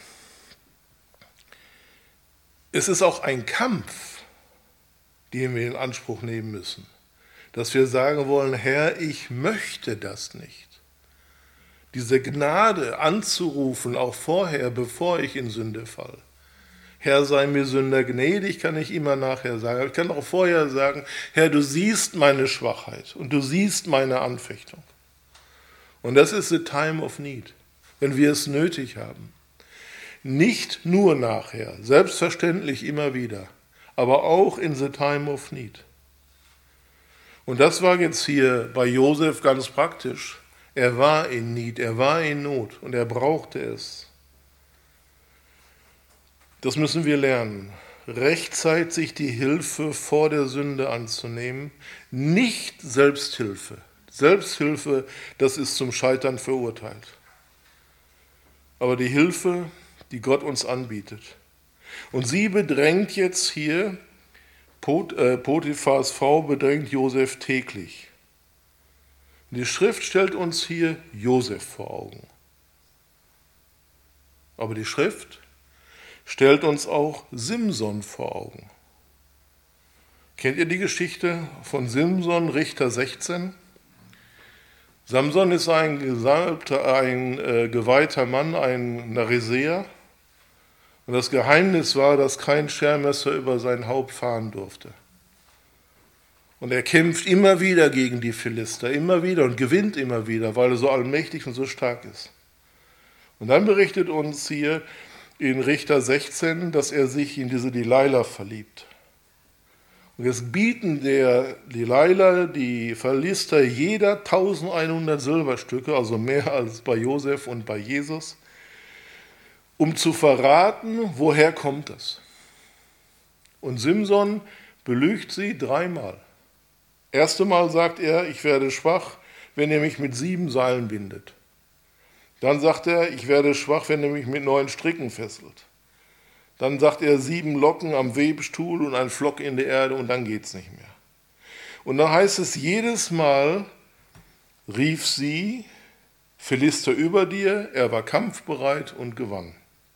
Es ist auch ein Kampf, den wir in Anspruch nehmen müssen, dass wir sagen wollen, Herr, ich möchte das nicht. Diese Gnade anzurufen, auch vorher, bevor ich in Sünde falle. Herr, sei mir Sünder gnädig, kann ich immer nachher sagen. Aber ich kann auch vorher sagen, Herr, du siehst meine Schwachheit und du siehst meine Anfechtung. Und das ist the time of need, wenn wir es nötig haben. Nicht nur nachher, selbstverständlich immer wieder, aber auch in the time of need. Und das war jetzt hier bei Josef ganz praktisch. Er war in Need, er war in Not und er brauchte es. Das müssen wir lernen, rechtzeitig die Hilfe vor der Sünde anzunehmen, nicht Selbsthilfe. Selbsthilfe, das ist zum Scheitern verurteilt. Aber die Hilfe, die Gott uns anbietet. Und sie bedrängt jetzt hier, Potiphars Frau bedrängt Josef täglich. Die Schrift stellt uns hier Josef vor Augen. Aber die Schrift stellt uns auch Simson vor Augen. Kennt ihr die Geschichte von Simson, Richter sechzehn? Samson ist ein, gesalbter, ein äh, geweihter Mann, ein Narisäer. Und das Geheimnis war, dass kein Schermesser über sein Haupt fahren durfte. Und er kämpft immer wieder gegen die Philister, immer wieder und gewinnt immer wieder, weil er so allmächtig und so stark ist. Und dann berichtet uns hier in Richter sechzehn, dass er sich in diese Delilah verliebt. Und jetzt bieten der Delilah, die Philister, jeder eintausendeinhundert Silberstücke, also mehr als bei Josef und bei Jesus, um zu verraten, woher kommt es. Und Simson belügt sie dreimal. Erste Mal sagt er, ich werde schwach, wenn ihr mich mit sieben Seilen bindet. Dann sagt er, ich werde schwach, wenn ihr mich mit neun Stricken fesselt. Dann sagt er, sieben Locken am Webstuhl und ein Flock in der Erde und dann geht's nicht mehr. Und dann heißt es, jedes Mal rief sie, Philister über dir, er war kampfbereit und gewann.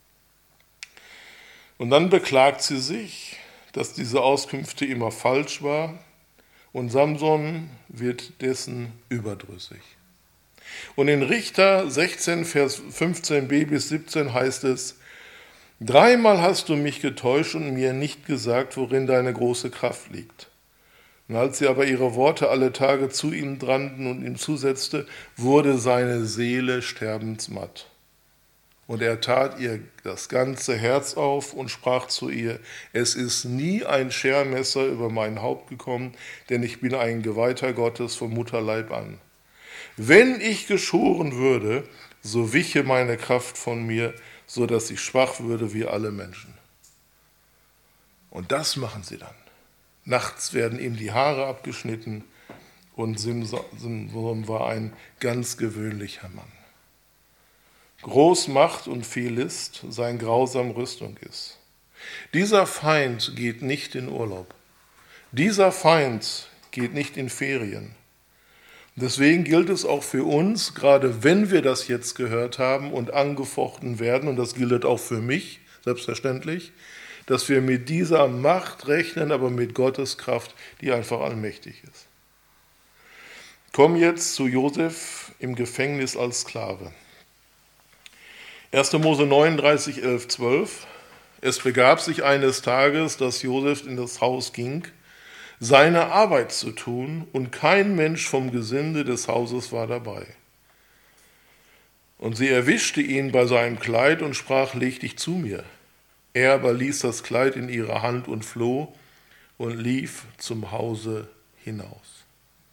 Und dann beklagt sie sich, dass diese Auskünfte immer falsch war und Samson wird dessen überdrüssig. Und in Richter sechzehn, Vers fünfzehn b bis siebzehn heißt es, dreimal hast du mich getäuscht und mir nicht gesagt, worin deine große Kraft liegt. Und als sie aber ihre Worte alle Tage zu ihm drannten und ihm zusetzte, wurde seine Seele sterbensmatt. Und er tat ihr das ganze Herz auf und sprach zu ihr, es ist nie ein Schermesser über mein Haupt gekommen, denn ich bin ein Geweihter Gottes vom Mutterleib an. Wenn ich geschoren würde, so wiche meine Kraft von mir, so dass ich schwach würde wie alle Menschen. Und das machen sie dann. Nachts werden ihm die Haare abgeschnitten und Simson war ein ganz gewöhnlicher Mann. Groß Macht und viel List, sein grausam Rüstung ist. Dieser Feind geht nicht in Urlaub. Dieser Feind geht nicht in Ferien. Deswegen gilt es auch für uns, gerade wenn wir das jetzt gehört haben und angefochten werden, und das gilt auch für mich, selbstverständlich, dass wir mit dieser Macht rechnen, aber mit Gottes Kraft, die einfach allmächtig ist. Komm jetzt zu Josef im Gefängnis als Sklave. erster Mose neununddreißig, elf, zwölf. Es begab sich eines Tages, dass Josef in das Haus ging, seine Arbeit zu tun, und kein Mensch vom Gesinde des Hauses war dabei. Und sie erwischte ihn bei seinem Kleid und sprach, leg dich zu mir. Er aber ließ das Kleid in ihre Hand und floh und lief zum Hause hinaus.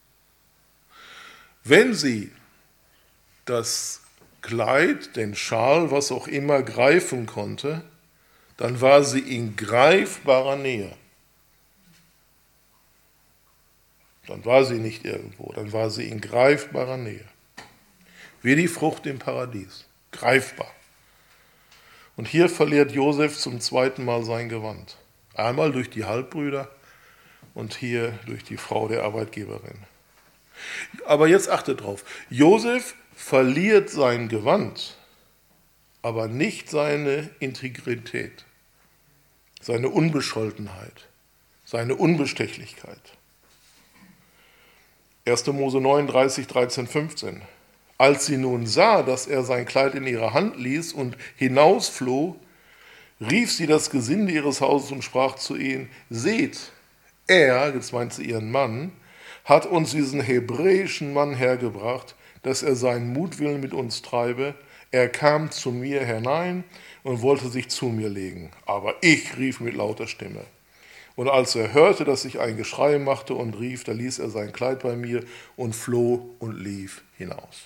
Wenn sie das Kleid, den Schal, was auch immer, greifen konnte, dann war sie in greifbarer Nähe. Dann war sie nicht irgendwo, dann war sie in greifbarer Nähe. Wie die Frucht im Paradies, greifbar. Und hier verliert Josef zum zweiten Mal sein Gewand. Einmal durch die Halbbrüder und hier durch die Frau der Arbeitgeberin. Aber jetzt achtet drauf, Josef verliert sein Gewand, aber nicht seine Integrität, seine Unbescholtenheit, seine Unbestechlichkeit. erster Mose neununddreißig, dreizehn, fünfzehn. Als sie nun sah, dass er sein Kleid in ihrer Hand ließ und hinausfloh, rief sie das Gesinde ihres Hauses und sprach zu ihnen, seht, er, jetzt meint sie ihren Mann, hat uns diesen hebräischen Mann hergebracht, dass er seinen Mutwillen mit uns treibe. Er kam zu mir hinein und wollte sich zu mir legen. Aber ich rief mit lauter Stimme. Und als er hörte, dass ich ein Geschrei machte und rief, da ließ er sein Kleid bei mir und floh und lief hinaus.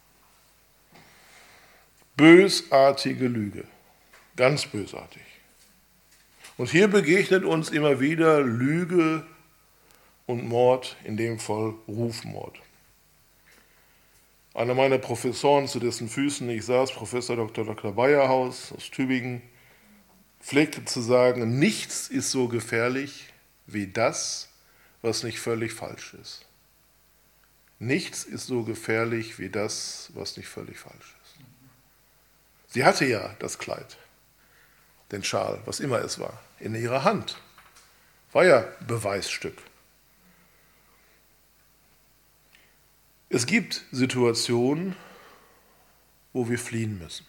Bösartige Lüge, ganz bösartig. Und hier begegnet uns immer wieder Lüge und Mord, in dem Fall Rufmord. Einer meiner Professoren, zu dessen Füßen ich saß, Professor Doktor Doktor Bayerhaus aus Tübingen, pflegte zu sagen, nichts ist so gefährlich wie das, was nicht völlig falsch ist. Nichts ist so gefährlich wie das, was nicht völlig falsch ist. Sie hatte ja das Kleid, den Schal, was immer es war, in ihrer Hand. War ja Beweisstück. Es gibt Situationen, wo wir fliehen müssen.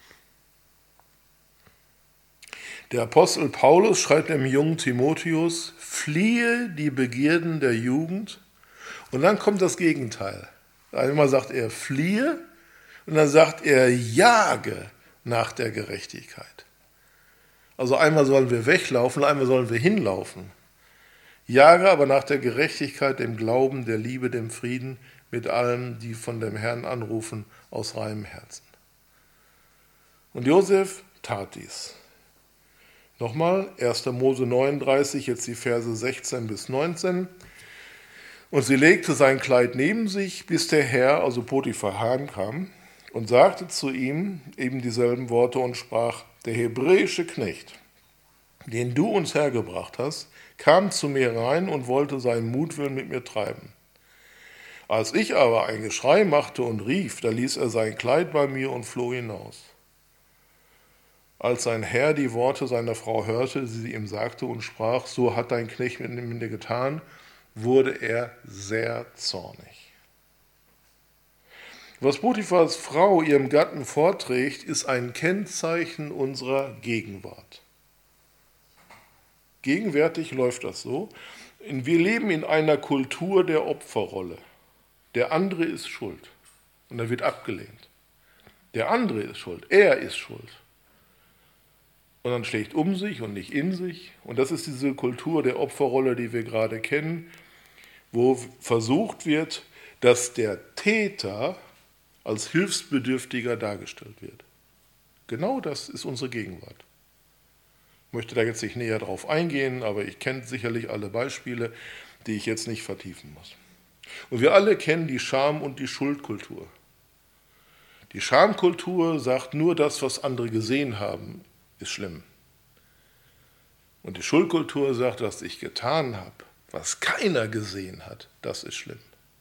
Der Apostel Paulus schreibt dem jungen Timotheus, fliehe die Begierden der Jugend. Und dann kommt das Gegenteil. Einmal sagt er, fliehe, und dann sagt er, jage nach der Gerechtigkeit. Also einmal sollen wir weglaufen, einmal sollen wir hinlaufen. Jage aber nach der Gerechtigkeit, dem Glauben, der Liebe, dem Frieden mit allen, die von dem Herrn anrufen, aus reinem Herzen. Und Josef tat dies. Nochmal, erster Mose neununddreißig, jetzt die Verse sechzehn bis neunzehn. Und sie legte sein Kleid neben sich, bis der Herr, also Potiphar, heimkam und sagte zu ihm eben dieselben Worte und sprach, der hebräische Knecht, den du uns hergebracht hast, kam zu mir rein und wollte seinen Mutwillen mit mir treiben. Als ich aber ein Geschrei machte und rief, da ließ er sein Kleid bei mir und floh hinaus. Als sein Herr die Worte seiner Frau hörte, sie ihm sagte und sprach, so hat dein Knecht mit mir getan, wurde er sehr zornig. Was Potiphars Frau ihrem Gatten vorträgt, ist ein Kennzeichen unserer Gegenwart. Gegenwärtig läuft das so. Wir leben in einer Kultur der Opferrolle. Der andere ist schuld und er wird abgelehnt. Der andere ist schuld, er ist schuld. Und dann schlägt um sich und nicht in sich. Und das ist diese Kultur der Opferrolle, die wir gerade kennen, wo versucht wird, dass der Täter als Hilfsbedürftiger dargestellt wird. Genau das ist unsere Gegenwart. Ich möchte da jetzt nicht näher drauf eingehen, aber ich kenne sicherlich alle Beispiele, die ich jetzt nicht vertiefen muss. Und wir alle kennen die Scham- und die Schuldkultur. Die Schamkultur sagt, nur das, was andere gesehen haben, ist schlimm. Und die Schuldkultur sagt, was ich getan habe, was keiner gesehen hat, das ist schlimm.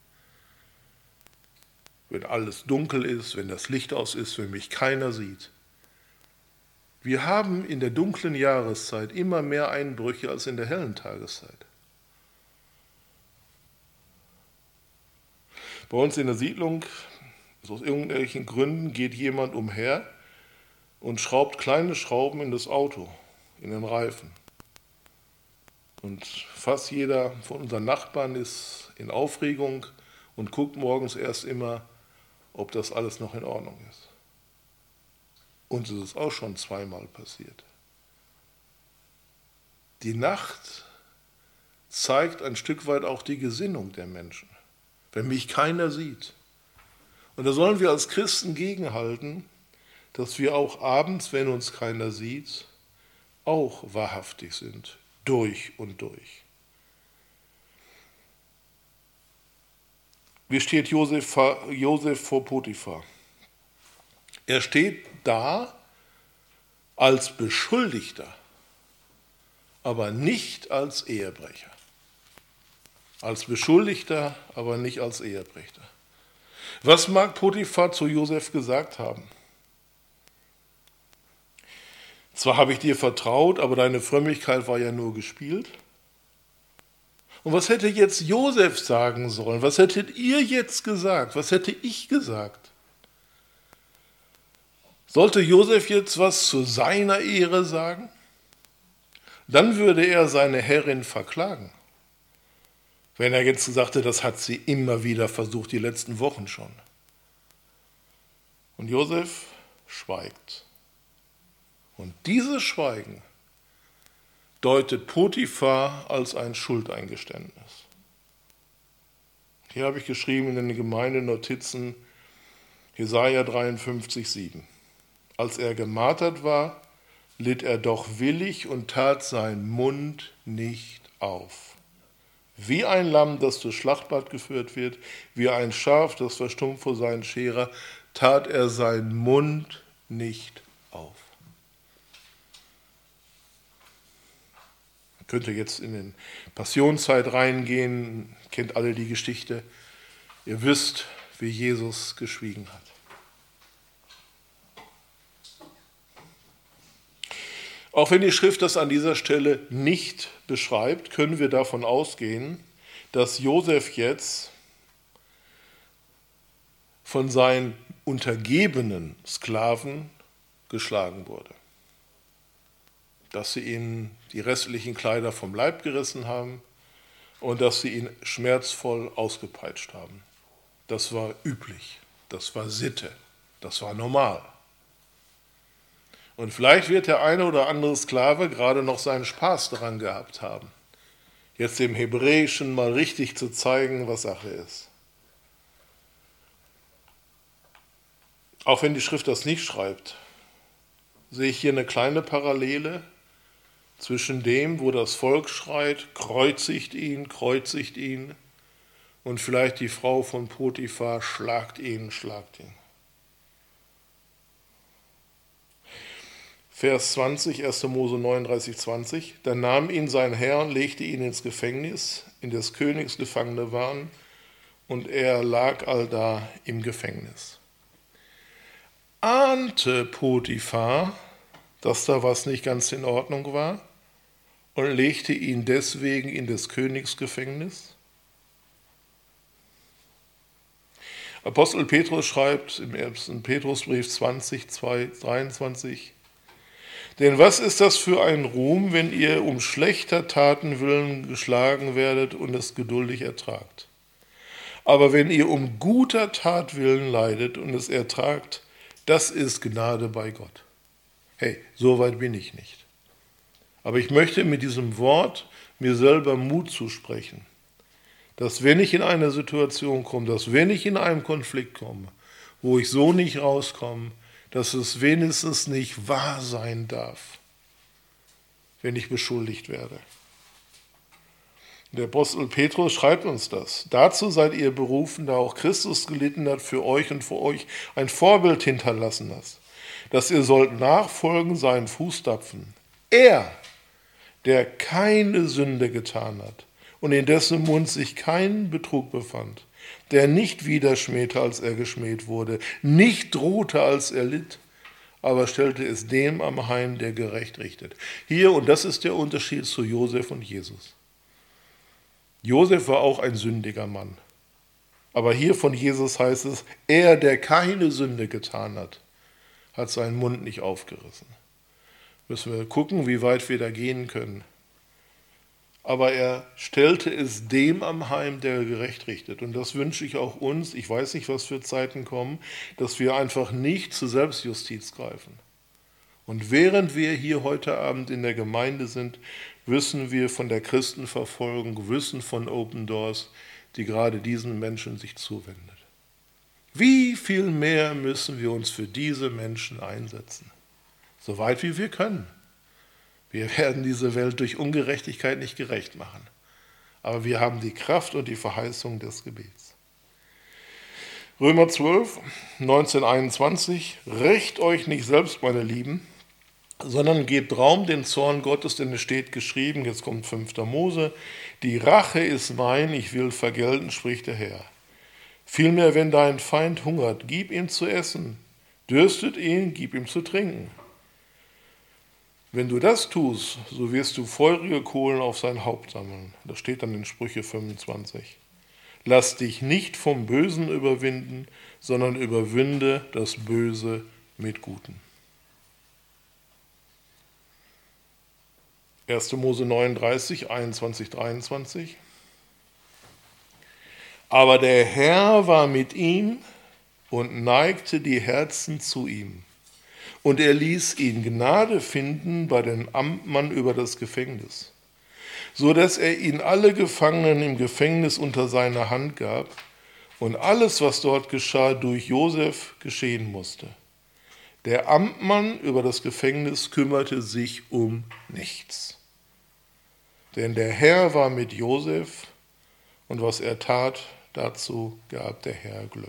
Wenn alles dunkel ist, wenn das Licht aus ist, wenn mich keiner sieht. Wir haben in der dunklen Jahreszeit immer mehr Einbrüche als in der hellen Tageszeit. Bei uns in der Siedlung, aus irgendwelchen Gründen, geht jemand umher und schraubt kleine Schrauben in das Auto, in den Reifen. Und fast jeder von unseren Nachbarn ist in Aufregung und guckt morgens erst immer, ob das alles noch in Ordnung ist. Uns ist es auch schon zweimal passiert. Die Nacht zeigt ein Stück weit auch die Gesinnung der Menschen, wenn mich keiner sieht. Und da sollen wir als Christen gegenhalten, dass wir auch abends, wenn uns keiner sieht, auch wahrhaftig sind, durch und durch. Wie steht Josef, Josef vor Potiphar? Er steht da als Beschuldigter, aber nicht als Ehebrecher. Als Beschuldigter, aber nicht als Ehebrecher. Was mag Potiphar zu Josef gesagt haben? Zwar habe ich dir vertraut, aber deine Frömmigkeit war ja nur gespielt. Und was hätte jetzt Josef sagen sollen? Was hättet ihr jetzt gesagt? Was hätte ich gesagt? Sollte Josef jetzt was zu seiner Ehre sagen? Dann würde er seine Herrin verklagen. Wenn er jetzt sagte, das hat sie immer wieder versucht, die letzten Wochen schon. Und Josef schweigt. Und dieses Schweigen deutet Potiphar als ein Schuldeingeständnis. Hier habe ich geschrieben in den Gemeindenotizen Jesaja dreiundfünfzig, sieben. Als er gemartert war, litt er doch willig und tat seinen Mund nicht auf. Wie ein Lamm, das durchs Schlachtbad geführt wird, wie ein Schaf, das verstummt vor seinen Scherer, tat er seinen Mund nicht auf. Man könnte jetzt in den Passionszeit reingehen, kennt alle die Geschichte. Ihr wisst, wie Jesus geschwiegen hat. Auch wenn die Schrift das an dieser Stelle nicht beschreibt, können wir davon ausgehen, dass Josef jetzt von seinen untergebenen Sklaven geschlagen wurde. Dass sie ihm die restlichen Kleider vom Leib gerissen haben und dass sie ihn schmerzvoll ausgepeitscht haben. Das war üblich, das war Sitte, das war normal. Und vielleicht wird der eine oder andere Sklave gerade noch seinen Spaß daran gehabt haben, jetzt dem Hebräischen mal richtig zu zeigen, was Sache ist. Auch wenn die Schrift das nicht schreibt, sehe ich hier eine kleine Parallele zwischen dem, wo das Volk schreit, kreuzigt ihn, kreuzigt ihn, und vielleicht die Frau von Potiphar, schlagt ihn, schlagt ihn. Vers zwanzig, erster Mose neununddreißig, zwanzig. Da nahm ihn sein Herr und legte ihn ins Gefängnis, in des Königs Gefangene waren, und er lag allda im Gefängnis. Ahnte Potiphar, dass da was nicht ganz in Ordnung war, und legte ihn deswegen in des Königs Gefängnis? Apostel Petrus schreibt im ersten Petrusbrief zwanzig, zwei, dreiundzwanzig, denn was ist das für ein Ruhm, wenn ihr um schlechter Taten willen geschlagen werdet und es geduldig ertragt? Aber wenn ihr um guter Tat willen leidet und es ertragt, das ist Gnade bei Gott. Hey, so weit bin ich nicht. Aber ich möchte mit diesem Wort mir selber Mut zusprechen, dass wenn ich in eine Situation komme, dass wenn ich in einen Konflikt komme, wo ich so nicht rauskomme, dass es wenigstens nicht wahr sein darf, wenn ich beschuldigt werde. Der Apostel Petrus schreibt uns das. Dazu seid ihr berufen, da auch Christus gelitten hat für euch und für euch ein Vorbild hinterlassen hat, dass ihr sollt nachfolgen seinen Fußtapfen. Er, der keine Sünde getan hat und in dessen Mund sich kein Betrug befand, der nicht widerschmähte, als er geschmäht wurde, nicht drohte, als er litt, aber stellte es dem am Heim, der gerecht richtet. Hier, und das ist der Unterschied zu Josef und Jesus. Josef war auch ein sündiger Mann. Aber hier von Jesus heißt es, er, der keine Sünde getan hat, hat seinen Mund nicht aufgerissen. Müssen wir gucken, wie weit wir da gehen können. Aber er stellte es dem am Heim, der gerecht richtet. Und das wünsche ich auch uns. Ich weiß nicht, was für Zeiten kommen, dass wir einfach nicht zur Selbstjustiz greifen. Und während wir hier heute Abend in der Gemeinde sind, wissen wir von der Christenverfolgung, wissen von Open Doors, die gerade diesen Menschen sich zuwendet. Wie viel mehr müssen wir uns für diese Menschen einsetzen? So weit wie wir können. Wir werden diese Welt durch Ungerechtigkeit nicht gerecht machen. Aber wir haben die Kraft und die Verheißung des Gebets. Römer zwölf, neunzehn, einundzwanzig. Rächt euch nicht selbst, meine Lieben, sondern gebt Raum den Zorn Gottes, denn es steht geschrieben, jetzt kommt fünfter Mose, die Rache ist mein, ich will vergelten, spricht der Herr. Vielmehr, wenn dein Feind hungert, gib ihm zu essen, dürstet ihn, gib ihm zu trinken. Wenn du das tust, so wirst du feurige Kohlen auf sein Haupt sammeln. Das steht dann in Sprüche fünfundzwanzig. Lass dich nicht vom Bösen überwinden, sondern überwinde das Böse mit Guten. erster Mose neununddreißig, einundzwanzig, dreiundzwanzig. Aber der Herr war mit ihm und neigte die Herzen zu ihm. Und er ließ ihn Gnade finden bei dem Amtmann über das Gefängnis, so dass er ihn alle Gefangenen im Gefängnis unter seine Hand gab und alles, was dort geschah, durch Josef geschehen musste. Der Amtmann über das Gefängnis kümmerte sich um nichts. Denn der Herr war mit Josef und was er tat, dazu gab der Herr Glück.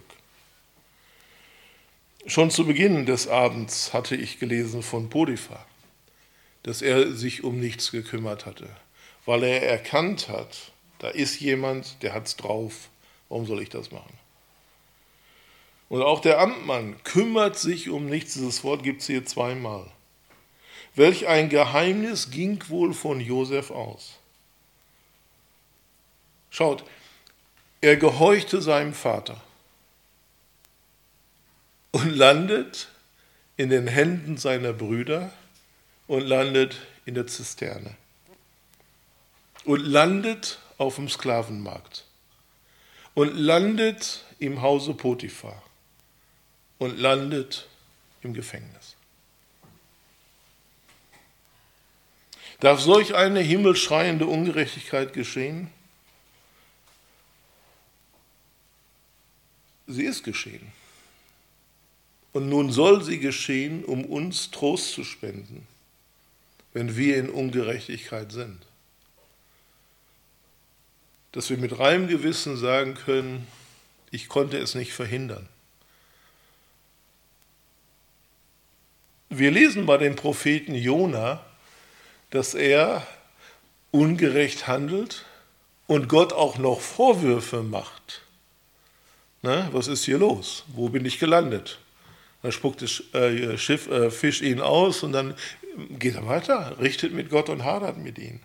Schon zu Beginn des Abends hatte ich gelesen von Potiphar, dass er sich um nichts gekümmert hatte, weil er erkannt hat, da ist jemand, der hat's drauf, warum soll ich das machen? Und auch der Amtmann kümmert sich um nichts, dieses Wort gibt es hier zweimal. Welch ein Geheimnis ging wohl von Josef aus? Schaut, er gehorchte seinem Vater und landet in den Händen seiner Brüder und landet in der Zisterne und landet auf dem Sklavenmarkt und landet im Hause Potiphar und landet im Gefängnis. Darf solch eine himmelschreiende Ungerechtigkeit geschehen? Sie ist geschehen. Und nun soll sie geschehen, um uns Trost zu spenden, wenn wir in Ungerechtigkeit sind. Dass wir mit reinem Gewissen sagen können, ich konnte es nicht verhindern. Wir lesen bei dem Propheten Jona, dass er ungerecht handelt und Gott auch noch Vorwürfe macht. Na, was ist hier los? Wo bin ich gelandet? Dann spuckt das äh, Schiff, äh, Fisch ihn aus und dann geht er weiter, richtet mit Gott und hadert mit ihm.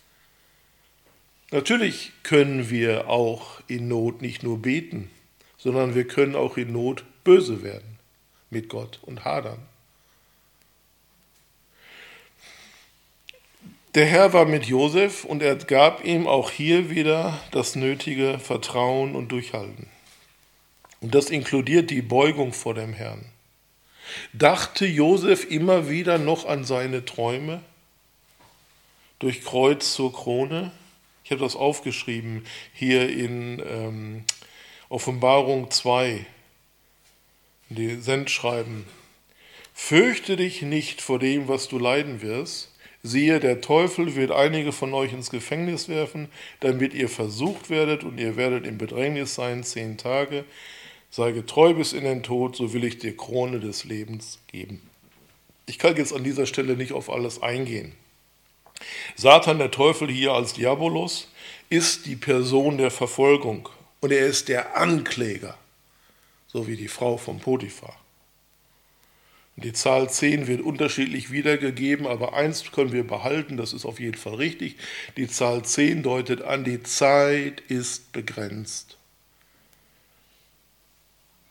Natürlich können wir auch in Not nicht nur beten, sondern wir können auch in Not böse werden mit Gott und hadern. Der Herr war mit Josef und er gab ihm auch hier wieder das nötige Vertrauen und Durchhalten. Und das inkludiert die Beugung vor dem Herrn. Dachte Josef immer wieder noch an seine Träume? Durch Kreuz zur Krone? Ich habe das aufgeschrieben hier in ähm, Offenbarung zwei, die Sendschreiben. Fürchte dich nicht vor dem, was du leiden wirst. Siehe, der Teufel wird einige von euch ins Gefängnis werfen, damit ihr versucht werdet und ihr werdet im Bedrängnis sein zehn Tage. Sei getreu bis in den Tod, so will ich dir Krone des Lebens geben. Ich kann jetzt an dieser Stelle nicht auf alles eingehen. Satan, der Teufel hier als Diabolos, ist die Person der Verfolgung und er ist der Ankläger, so wie die Frau von Potiphar. Die Zahl zehn wird unterschiedlich wiedergegeben, aber eins können wir behalten, das ist auf jeden Fall richtig. Die Zahl zehn deutet an, die Zeit ist begrenzt.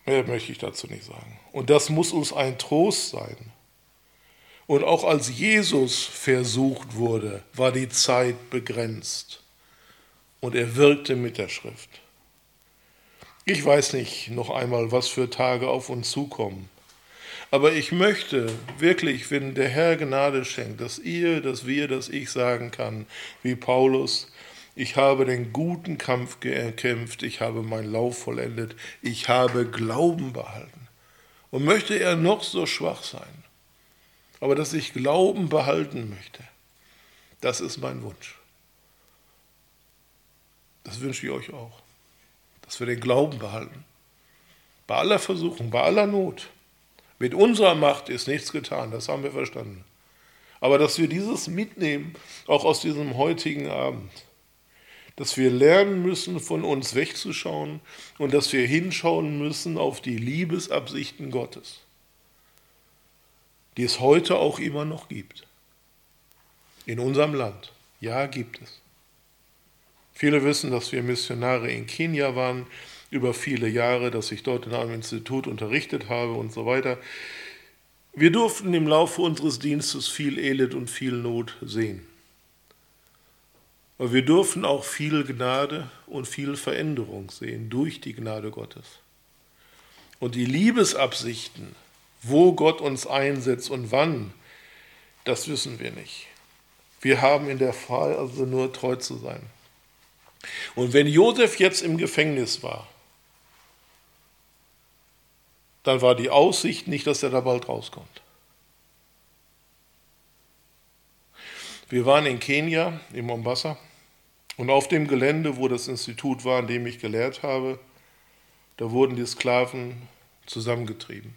Mehr möchte ich dazu nicht sagen. Und das muss uns ein Trost sein. Und auch als Jesus versucht wurde, war die Zeit begrenzt. Und er wirkte mit der Schrift. Ich weiß nicht noch einmal, was für Tage auf uns zukommen. Aber ich möchte wirklich, wenn der Herr Gnade schenkt, dass ihr, dass wir, dass ich sagen kann, wie Paulus, ich habe den guten Kampf gekämpft, ich habe meinen Lauf vollendet, ich habe Glauben behalten. Und möchte er noch so schwach sein, aber dass ich Glauben behalten möchte, das ist mein Wunsch. Das wünsche ich euch auch, dass wir den Glauben behalten. Bei aller Versuchung, bei aller Not. Mit unserer Macht ist nichts getan, das haben wir verstanden. Aber dass wir dieses mitnehmen, auch aus diesem heutigen Abend, dass wir lernen müssen, von uns wegzuschauen und dass wir hinschauen müssen auf die Liebesabsichten Gottes, die es heute auch immer noch gibt. In unserem Land. Ja, gibt es. Viele wissen, dass wir Missionare in Kenia waren, über viele Jahre, dass ich dort in einem Institut unterrichtet habe und so weiter. Wir durften im Laufe unseres Dienstes viel Elend und viel Not sehen. Aber wir durften auch viel Gnade und viel Veränderung sehen durch die Gnade Gottes. Und die Liebesabsichten, wo Gott uns einsetzt und wann, das wissen wir nicht. Wir haben in der Wahl also nur treu zu sein. Und wenn Josef jetzt im Gefängnis war, dann war die Aussicht nicht, dass er da bald rauskommt. Wir waren in Kenia, in Mombasa, und auf dem Gelände, wo das Institut war, in dem ich gelehrt habe, da wurden die Sklaven zusammengetrieben,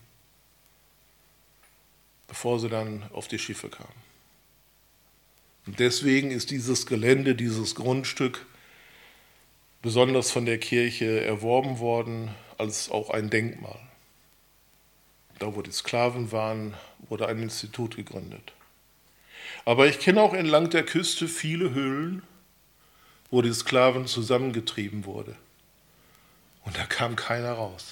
bevor sie dann auf die Schiffe kamen. Und deswegen ist dieses Gelände, dieses Grundstück besonders von der Kirche erworben worden als auch ein Denkmal. Da, wo die Sklaven waren, wurde ein Institut gegründet. Aber ich kenne auch entlang der Küste viele Höhlen, wo die Sklaven zusammengetrieben wurden. Und da kam keiner raus.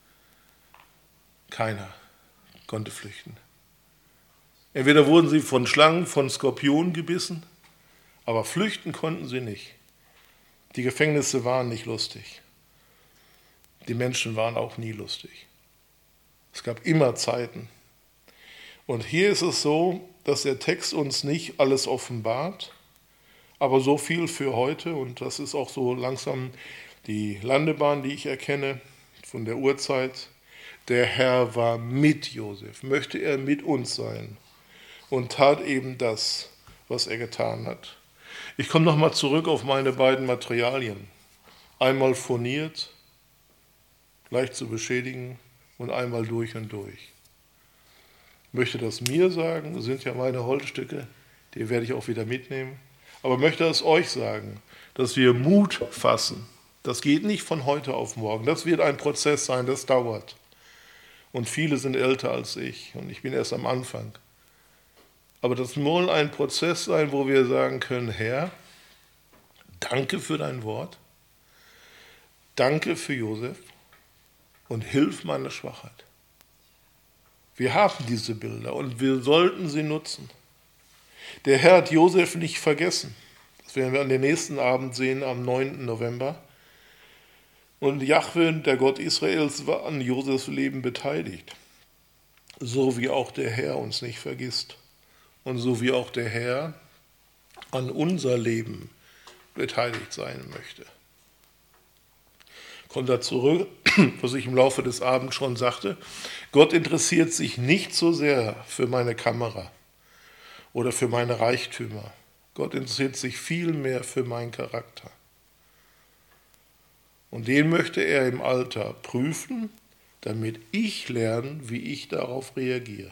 Keiner konnte flüchten. Entweder wurden sie von Schlangen, von Skorpionen gebissen, aber flüchten konnten sie nicht. Die Gefängnisse waren nicht lustig. Die Menschen waren auch nie lustig. Es gab immer Zeiten. Und hier ist es so, dass der Text uns nicht alles offenbart, aber so viel für heute. Und das ist auch so langsam die Landebahn, die ich erkenne von der Urzeit. Der Herr war mit Josef, möchte er mit uns sein und tat eben das, was er getan hat. Ich komme nochmal zurück auf meine beiden Materialien. Einmal furniert, leicht zu beschädigen, und einmal durch und durch. Ich möchte das mir sagen, das sind ja meine Holzstücke, die werde ich auch wieder mitnehmen. Aber möchte es euch sagen, dass wir Mut fassen. Das geht nicht von heute auf morgen. Das wird ein Prozess sein, das dauert. Und viele sind älter als ich und ich bin erst am Anfang. Aber das soll ein Prozess sein, wo wir sagen können, Herr, danke für dein Wort, danke für Josef und hilf meiner Schwachheit. Wir haben diese Bilder und wir sollten sie nutzen. Der Herr hat Josef nicht vergessen. Das werden wir an den nächsten Abend sehen, am neunten November. Und Jahwe, der Gott Israels, war an Josefs Leben beteiligt. So wie auch der Herr uns nicht vergisst. Und so wie auch der Herr an unser Leben beteiligt sein möchte. Kommt da zurück, was ich im Laufe des Abends schon sagte. Gott interessiert sich nicht so sehr für meine Kamera oder für meine Reichtümer. Gott interessiert sich viel mehr für meinen Charakter. Und den möchte er im Alter prüfen, damit ich lerne, wie ich darauf reagiere.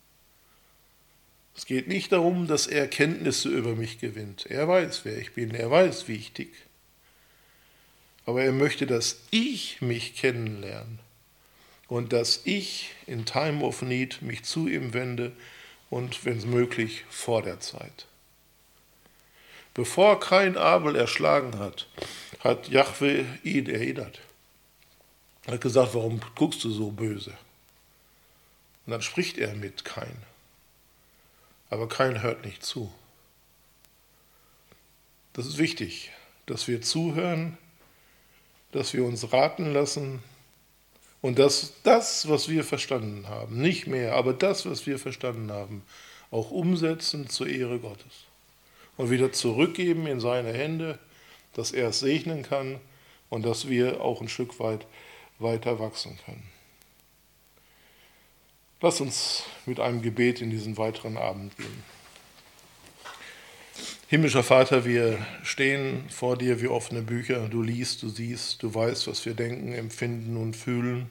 Es geht nicht darum, dass er Kenntnisse über mich gewinnt. Er weiß, wer ich bin, er weiß, wie ich tick. Aber er möchte, dass ich mich kennenlerne und dass ich in Time of Need mich zu ihm wende und, wenn es möglich, vor der Zeit. Bevor Kain Abel erschlagen hat, hat Jahwe ihn erinnert. Er hat gesagt, warum guckst du so böse? Und dann spricht er mit Kain. Aber Kain hört nicht zu. Das ist wichtig, dass wir zuhören, dass wir uns raten lassen und dass das, was wir verstanden haben, nicht mehr, aber das, was wir verstanden haben, auch umsetzen zur Ehre Gottes und wieder zurückgeben in seine Hände, dass er es segnen kann und dass wir auch ein Stück weit weiter wachsen können. Lass uns mit einem Gebet in diesen weiteren Abend gehen. Himmlischer Vater, wir stehen vor dir wie offene Bücher. Du liest, du siehst, du weißt, was wir denken, empfinden und fühlen.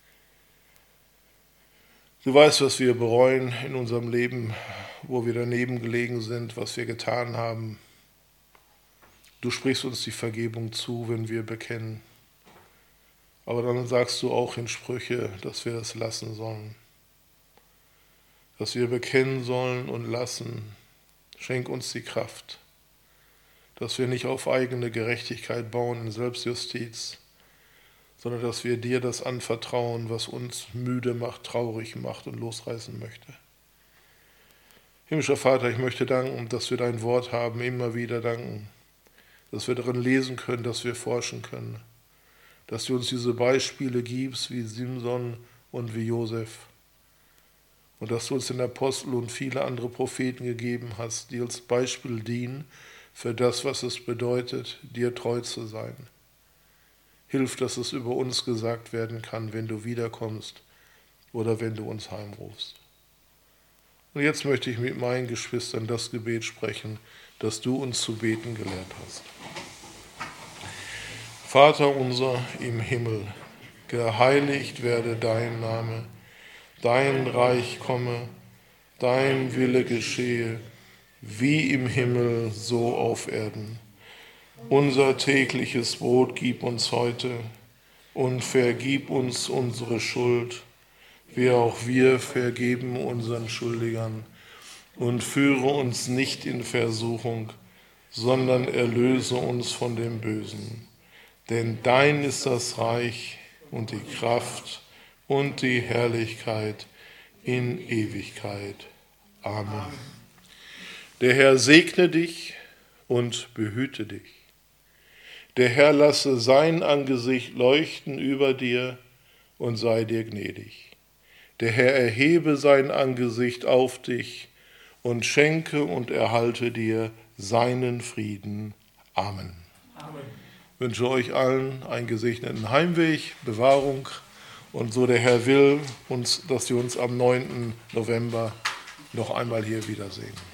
Du weißt, was wir bereuen in unserem Leben, wo wir daneben gelegen sind, was wir getan haben. Du sprichst uns die Vergebung zu, wenn wir bekennen. Aber dann sagst du auch in Sprüche, dass wir das lassen sollen. Dass wir bekennen sollen und lassen. Schenk uns die Kraft, dass wir nicht auf eigene Gerechtigkeit bauen in Selbstjustiz, sondern dass wir dir das anvertrauen, was uns müde macht, traurig macht und losreißen möchte. Himmlischer Vater, ich möchte danken, dass wir dein Wort haben, immer wieder danken, dass wir darin lesen können, dass wir forschen können, dass du uns diese Beispiele gibst wie Simson und wie Josef und dass du uns den Apostel und viele andere Propheten gegeben hast, die als Beispiel dienen für das, was es bedeutet, dir treu zu sein. Hilf, dass es über uns gesagt werden kann, wenn du wiederkommst oder wenn du uns heimrufst. Und jetzt möchte ich mit meinen Geschwistern das Gebet sprechen, das du uns zu beten gelehrt hast. Vater unser im Himmel, geheiligt werde dein Name, dein Reich komme, dein Wille geschehe, wie im Himmel, so auf Erden. Unser tägliches Brot gib uns heute und vergib uns unsere Schuld, wie auch wir vergeben unseren Schuldigern. Und führe uns nicht in Versuchung, sondern erlöse uns von dem Bösen. Denn dein ist das Reich und die Kraft und die Herrlichkeit in Ewigkeit. Amen. Der Herr segne dich und behüte dich. Der Herr lasse sein Angesicht leuchten über dir und sei dir gnädig. Der Herr erhebe sein Angesicht auf dich und schenke und erhalte dir seinen Frieden. Amen. Amen. Ich wünsche euch allen einen gesegneten Heimweg, Bewahrung und so der Herr will, uns, dass wir uns am neunten November noch einmal hier wiedersehen.